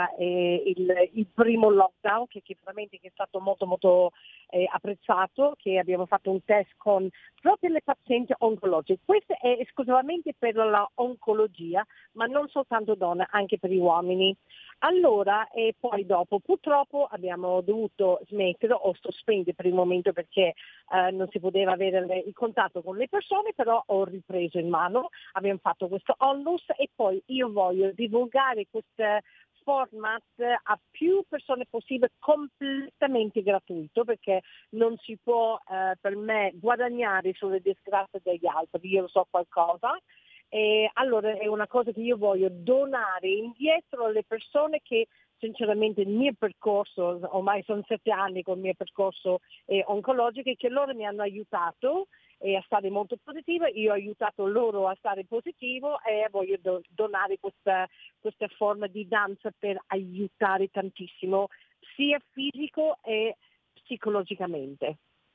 il primo lockdown, che veramente è stato molto apprezzato, che abbiamo fatto un test con proprio le pazienti oncologiche. Questo è esclusivamente per la oncologia, ma non soltanto donne, anche per gli uomini. Allora, e poi dopo purtroppo abbiamo dovuto smettere o sospendere per il momento perché non si poteva avere il contatto con le persone, però ho ripreso in mano, abbiamo fatto questo onlus e poi io voglio divulgare questo format a più persone possibile, completamente gratuito, perché non si può per me guadagnare sulle disgrazie degli altri, io so qualcosa. E allora è una cosa che io voglio donare indietro alle persone che sinceramente il mio percorso, ormai sono 7 anni con il mio percorso oncologico, che loro mi hanno aiutato a stare molto positiva, io ho aiutato loro a stare positivo e voglio donare questa forma di danza per aiutare tantissimo sia fisico e psicologicamente.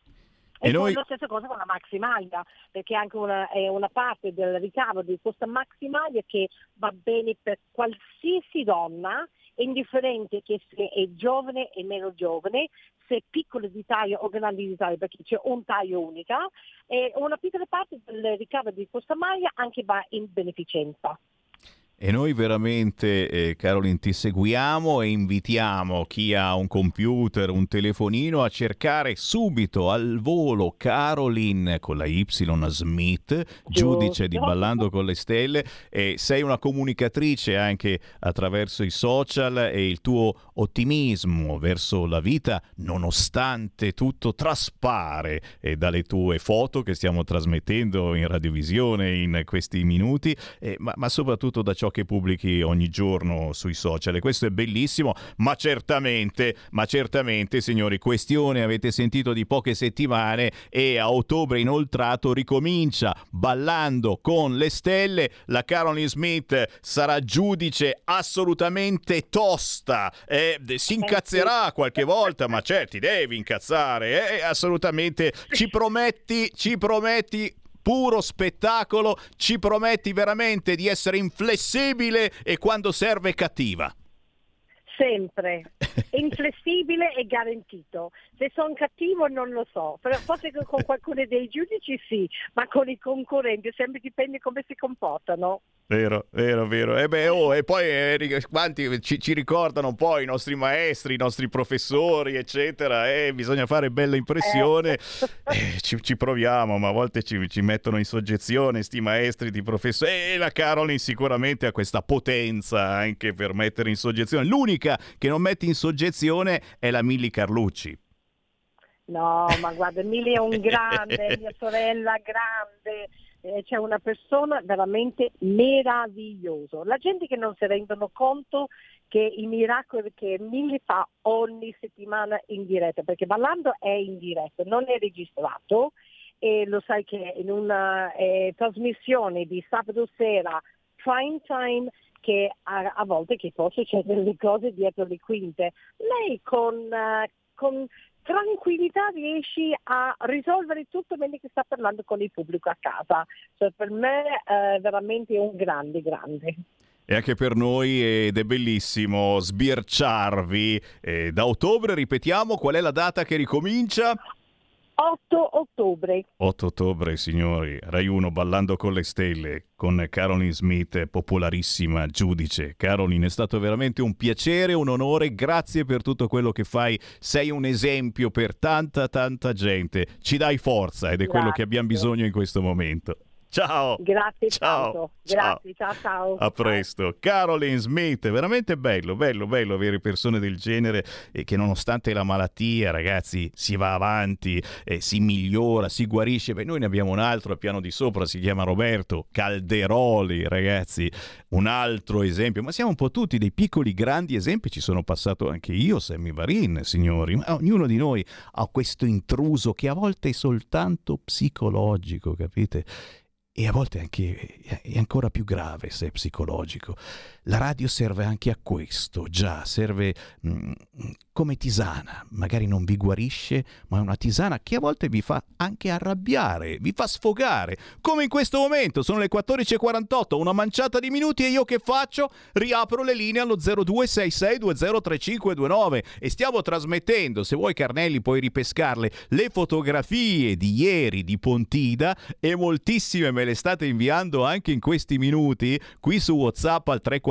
E noi... poi la stessa cosa con la Maxi Maglia, perché anche è una parte del ricavo di questa Maxi Maglia che va bene per qualsiasi donna, indifferente che se è giovane e meno giovane, se è piccola di taglia o grande di taglia, perché c'è un taglio unica, e una piccola parte del ricavo di questa maglia anche va in beneficenza. E noi veramente, Caroline, ti seguiamo e invitiamo chi ha un computer, un telefonino a cercare subito al volo Caroline con la Y Smith, giudice di Ballando con le Stelle, e sei una comunicatrice anche attraverso i social e il tuo ottimismo verso la vita, nonostante tutto, traspare dalle tue foto che stiamo trasmettendo in radiovisione in questi minuti, ma soprattutto da ciò che pubblichi ogni giorno sui social, e questo è bellissimo. Ma certamente signori, questione avete sentito di poche settimane, e a ottobre inoltrato ricomincia Ballando con le Stelle. La Caroline Smith sarà giudice assolutamente tosta, si incazzerà qualche volta, ma certo, devi incazzare, assolutamente. Ci prometti puro spettacolo, ci prometti veramente di essere inflessibile e quando serve cattiva? Sempre, inflessibile e garantito. Se sono cattivo non lo so, però forse con qualcuno dei giudici sì, ma con i concorrenti sempre dipende come si comportano. Vero. E poi quanti ci ricordano poi i nostri maestri, i nostri professori, eccetera, bisogna fare bella impressione. Ci proviamo, ma a volte ci mettono in soggezione sti maestri di professori, e la Caroline sicuramente ha questa potenza anche per mettere in soggezione. L'unica che non mette in soggezione è la Milly Carlucci. No, ma guarda, Milly è un grande, mia sorella grande. C'è una persona veramente meravigliosa. La gente che non si rendono conto che i miracoli che Milly fa ogni settimana in diretta, perché Ballando è in diretta, non è registrato, e lo sai che in una trasmissione di sabato sera, prime time, che a volte che forse c'è delle cose dietro le quinte, lei con tranquillità riesci a risolvere tutto mentre che sta parlando con il pubblico a casa. Cioè, per me è veramente un grande. E anche per noi, ed è bellissimo sbirciarvi. Da ottobre, ripetiamo, qual è la data che ricomincia? 8 ottobre. 8 ottobre, signori, Rai 1, Ballando con le Stelle, con Caroline Smith, popolarissima giudice. Caroline, è stato veramente un piacere, un onore, grazie per tutto quello che fai, sei un esempio per tanta gente, ci dai forza ed è quello che abbiamo bisogno in questo momento. Ciao. Grazie Ciao. tanto. Grazie, ciao. A presto. Caroline Smith, veramente bello avere persone del genere e che nonostante la malattia, ragazzi, si va avanti, si migliora, si guarisce. Beh, noi ne abbiamo un altro al piano di sopra, si chiama Roberto Calderoli, ragazzi, un altro esempio. Ma siamo un po' tutti dei piccoli grandi esempi, ci sono passato anche io, Sammy Varin, signori. Ma ognuno di noi ha questo intruso che a volte è soltanto psicologico, capite? E a volte anche è ancora più grave se è psicologico. La radio serve anche a questo, già, serve come tisana. Magari non vi guarisce, ma è una tisana che a volte vi fa anche arrabbiare, vi fa sfogare. Come in questo momento, sono le 14.48, una manciata di minuti e io che faccio? Riapro le linee allo 0266203529 e stiamo trasmettendo, se vuoi Carnelli puoi ripescarle, le fotografie di ieri di Pontida e moltissime me le state inviando anche in questi minuti qui su WhatsApp al 346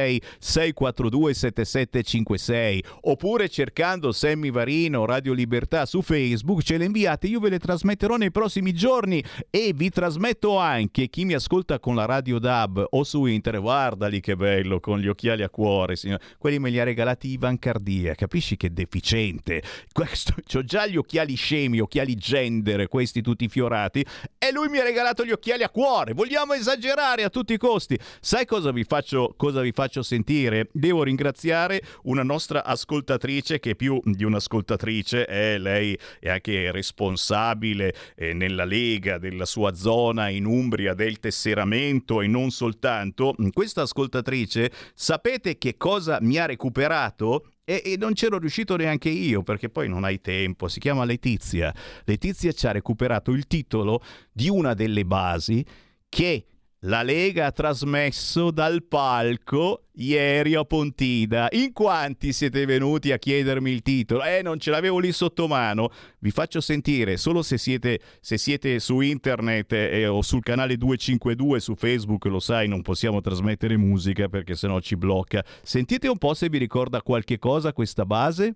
642 7756 oppure cercando Sammy Varino Radio Libertà su Facebook ce le inviate, io ve le trasmetterò nei prossimi giorni e vi trasmetto anche chi mi ascolta con la Radio DAB o su internet. Guardali che bello con gli occhiali a cuore, signor. Quelli me li ha regalati Ivan Cardia, capisci che deficiente questo, c'ho già gli occhiali scemi, occhiali gender, questi tutti fiorati e lui mi ha regalato gli occhiali a cuore. Vogliamo esagerare a tutti i costi. Sai cosa vi faccio sentire? Devo ringraziare una nostra ascoltatrice che più di un'ascoltatrice è, lei è anche responsabile nella Lega della sua zona in Umbria del tesseramento e non soltanto. Questa ascoltatrice, sapete che cosa mi ha recuperato? E non c'ero riuscito neanche io perché poi non hai tempo. Si chiama Letizia. Letizia ci ha recuperato il titolo di una delle basi che la Lega ha trasmesso dal palco ieri a Pontida. In quanti siete venuti a chiedermi il titolo? Non ce l'avevo lì sotto mano. Vi faccio sentire, solo se siete su internet o sul canale 252 su Facebook, lo sai, non possiamo trasmettere musica perché sennò ci blocca. Sentite un po' se vi ricorda qualche cosa questa base.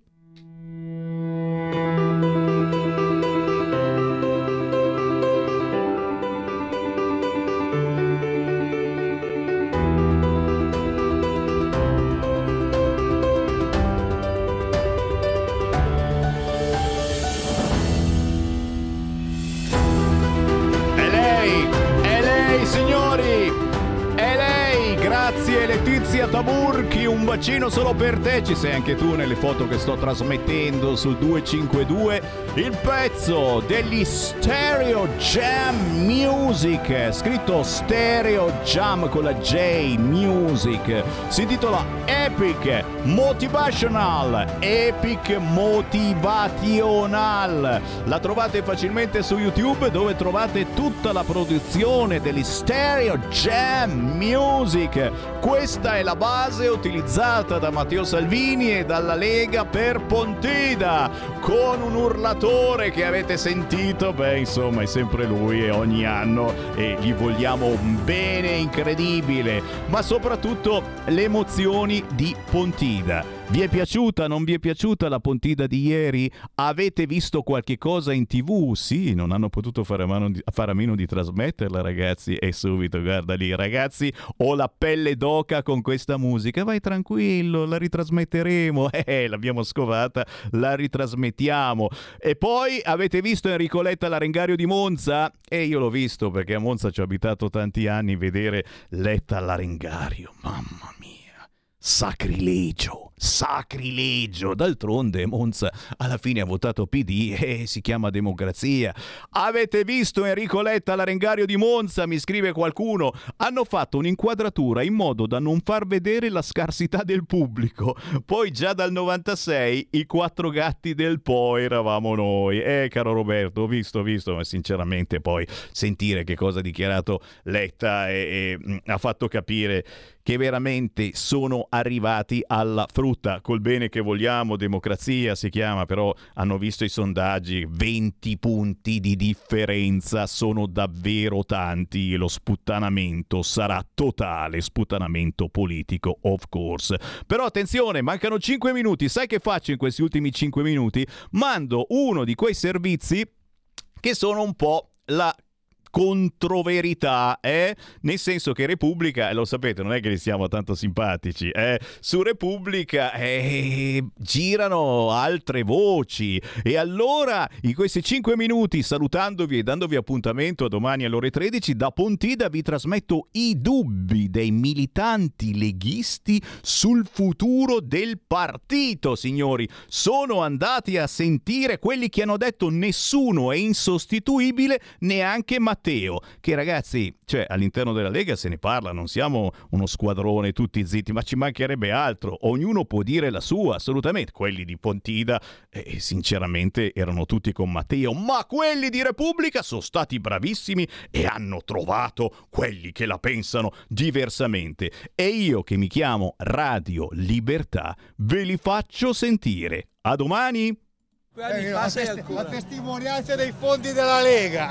Letizia Taburchi, un bacino solo per te. Ci sei anche tu nelle foto che sto trasmettendo sul 252. Il pezzo degli Stereo Jam Music, scritto Stereo Jam con la J Music, si intitola Epic Motivational. Epic Motivational. La trovate facilmente su YouTube, dove trovate tutta la produzione degli Stereo Jam Music. Questa è la base utilizzata da Matteo Salvini e dalla Lega per Pontida, con un urlatore che avete sentito. Beh, insomma, è sempre lui e ogni anno gli vogliamo un bene incredibile, ma soprattutto le emozioni di Pontida. Vi è piaciuta? Non vi è piaciuta la Pontida di ieri? Avete visto qualche cosa in TV? Sì, non hanno potuto fare a meno di trasmetterla, ragazzi. E subito, guarda lì, ragazzi, ho la pelle d'oca con questa musica. Vai tranquillo, la ritrasmetteremo. L'abbiamo scovata, la ritrasmettiamo. E poi avete visto Enrico Letta all'Arengario di Monza? Io l'ho visto perché a Monza ci ho abitato tanti anni. Vedere Letta all'Arengario, mamma mia. Sacrilegio, d'altronde Monza alla fine ha votato PD e si chiama democrazia. Avete visto Enrico Letta all'Arengario di Monza? Mi scrive qualcuno. Hanno fatto un'inquadratura in modo da non far vedere la scarsità del pubblico. Poi già dal 96 i quattro gatti del Po eravamo noi. Caro Roberto, ho visto, ma sinceramente poi sentire che cosa ha dichiarato Letta ha fatto capire che veramente sono arrivati alla frutta, col bene che vogliamo, democrazia si chiama, però hanno visto i sondaggi, 20 punti di differenza, sono davvero tanti e lo sputtanamento sarà totale, sputtanamento politico, of course. Però attenzione, mancano 5 minuti, sai che faccio in questi ultimi 5 minuti? Mando uno di quei servizi che sono un po' la controverità, nel senso che Repubblica, lo sapete, non è che li siamo tanto simpatici, su Repubblica girano altre voci, e allora in questi 5 minuti, salutandovi e dandovi appuntamento a domani alle ore 13, da Pontida vi trasmetto i dubbi dei militanti leghisti sul futuro del partito, signori. Sono andati a sentire quelli che hanno detto nessuno è insostituibile, neanche Matteo, che ragazzi, cioè all'interno della Lega se ne parla, non siamo uno squadrone tutti zitti, ma ci mancherebbe altro, ognuno può dire la sua, assolutamente. Quelli di Pontida sinceramente erano tutti con Matteo, ma quelli di Repubblica sono stati bravissimi e hanno trovato quelli che la pensano diversamente, e io che mi chiamo Radio Libertà ve li faccio sentire. A domani. La testimonianza dei fondi della Lega.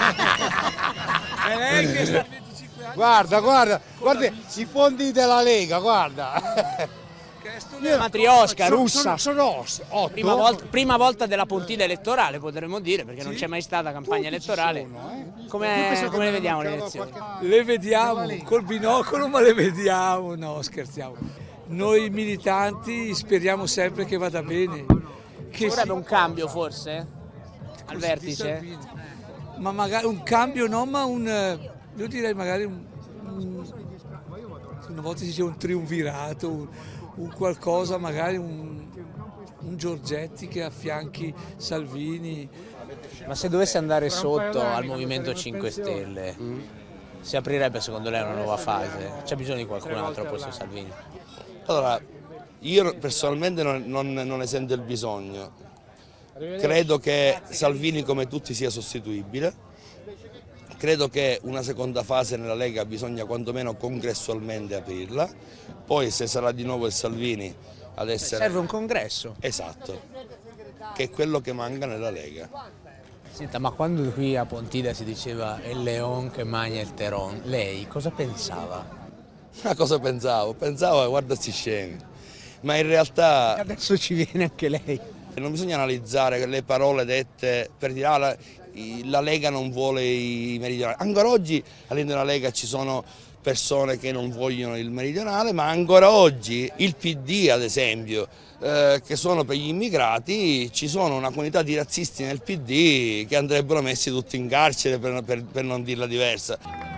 È lei che sta 25 anni. Guarda i fondi della Lega, guarda. Matriosca russa. Sono 8. Prima volta della Pontida elettorale, potremmo dire, perché non c'è mai stata campagna elettorale. Come le vediamo le elezioni? Le vediamo col binocolo, ma le vediamo, no, scherziamo. Noi militanti speriamo sempre che vada bene. Che vorrebbe un cambio forse? Al vertice? Ma magari un cambio no, ma io direi magari una volta si dice un triumvirato, un qualcosa, magari un Giorgetti che affianchi Salvini. Ma se dovesse andare sotto al Movimento 5 Stelle, si aprirebbe secondo lei una nuova fase? C'è bisogno di qualcun altro al posto di Salvini? Allora, io personalmente non ne sento il bisogno. Credo che Salvini, come tutti, sia sostituibile. Credo che una seconda fase nella Lega bisogna quantomeno congressualmente aprirla. Poi se sarà di nuovo il Salvini ad essere... Serve un congresso. Esatto, che è quello che manca nella Lega. Senta, ma quando qui a Pontida si diceva il leon che mangia il teron, lei cosa pensava? Ma cosa pensavo? Pensavo, guarda sti scemi. Ma in realtà... Adesso ci viene anche lei. Non bisogna analizzare le parole dette per dire la Lega non vuole i meridionali. Ancora oggi all'interno della Lega ci sono persone che non vogliono il meridionale, ma ancora oggi il PD, ad esempio, che sono per gli immigrati, ci sono una comunità di razzisti nel PD che andrebbero messi tutti in carcere per non dirla diversa.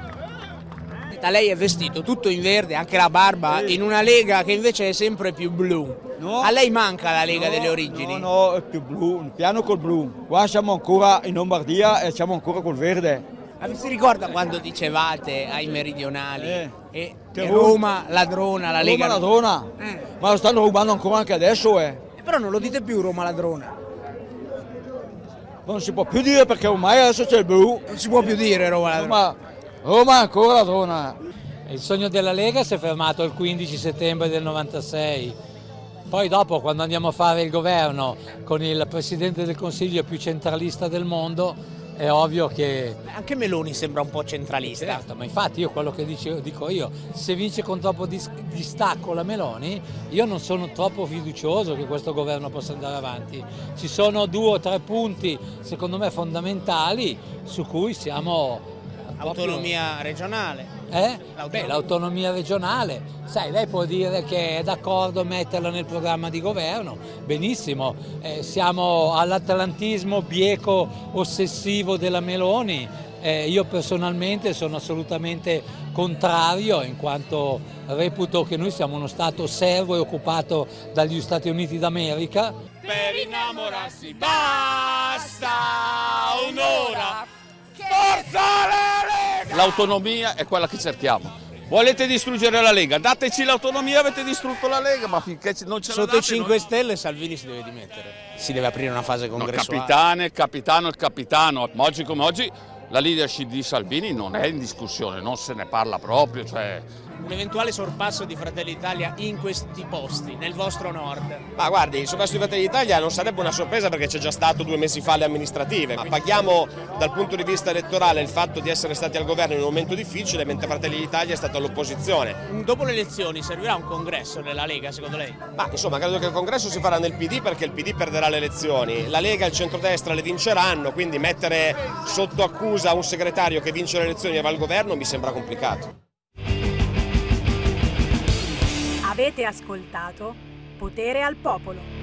Lei è vestito tutto in verde, anche la barba, in una Lega che invece è sempre più blu. No. A lei manca la Lega delle origini? No, è più blu, piano col blu. Qua siamo ancora in Lombardia e siamo ancora col verde. Ma si ricorda quando dicevate ai meridionali che Roma ladrona, la Lega... Roma ladrona? Ma lo stanno rubando ancora anche adesso, Però non lo dite più Roma ladrona. Non si può più dire perché ormai adesso c'è il blu. Non si può più dire Roma ladrona. Roma ancora ladrona. Il sogno della Lega si è fermato il 15 settembre del 96. Poi dopo, quando andiamo a fare il governo con il Presidente del Consiglio più centralista del mondo, è ovvio che... Anche Meloni sembra un po' centralista. Certo, ma infatti io quello che dico io, se vince con troppo distacco la Meloni, io non sono troppo fiducioso che questo governo possa andare avanti. Ci sono 2 o 3 punti, secondo me, fondamentali su cui siamo... Autonomia regionale. L'autonomia regionale. Sai, lei può dire che è d'accordo a metterla nel programma di governo, benissimo. Siamo all'atlantismo bieco ossessivo della Meloni. Io personalmente sono assolutamente contrario, in quanto reputo che noi siamo uno Stato servo e occupato dagli Stati Uniti d'America. Per innamorarsi basta un'ora. Forza la Lega! L'autonomia è quella che cerchiamo. Volete distruggere la Lega? Dateci l'autonomia, avete distrutto la Lega, ma finché non ce la date... Sotto i 5 Stelle Salvini si deve dimettere. Si deve aprire una fase congressuale. Il capitano. Ma oggi come oggi la leadership di Salvini non è in discussione, non se ne parla proprio, cioè un eventuale sorpasso di Fratelli d'Italia in questi posti, nel vostro nord? Ma guardi, il sorpasso di Fratelli d'Italia non sarebbe una sorpresa perché c'è già stato 2 mesi fa alle amministrative, ma paghiamo dal punto di vista elettorale il fatto di essere stati al governo in un momento difficile mentre Fratelli d'Italia è stato all'opposizione. Dopo le elezioni servirà un congresso nella Lega secondo lei? Ma insomma credo che il congresso si farà nel PD perché il PD perderà le elezioni, la Lega e il centrodestra le vinceranno, quindi mettere sotto accusa un segretario che vince le elezioni e va al governo mi sembra complicato. Avete ascoltato Potere al Popolo.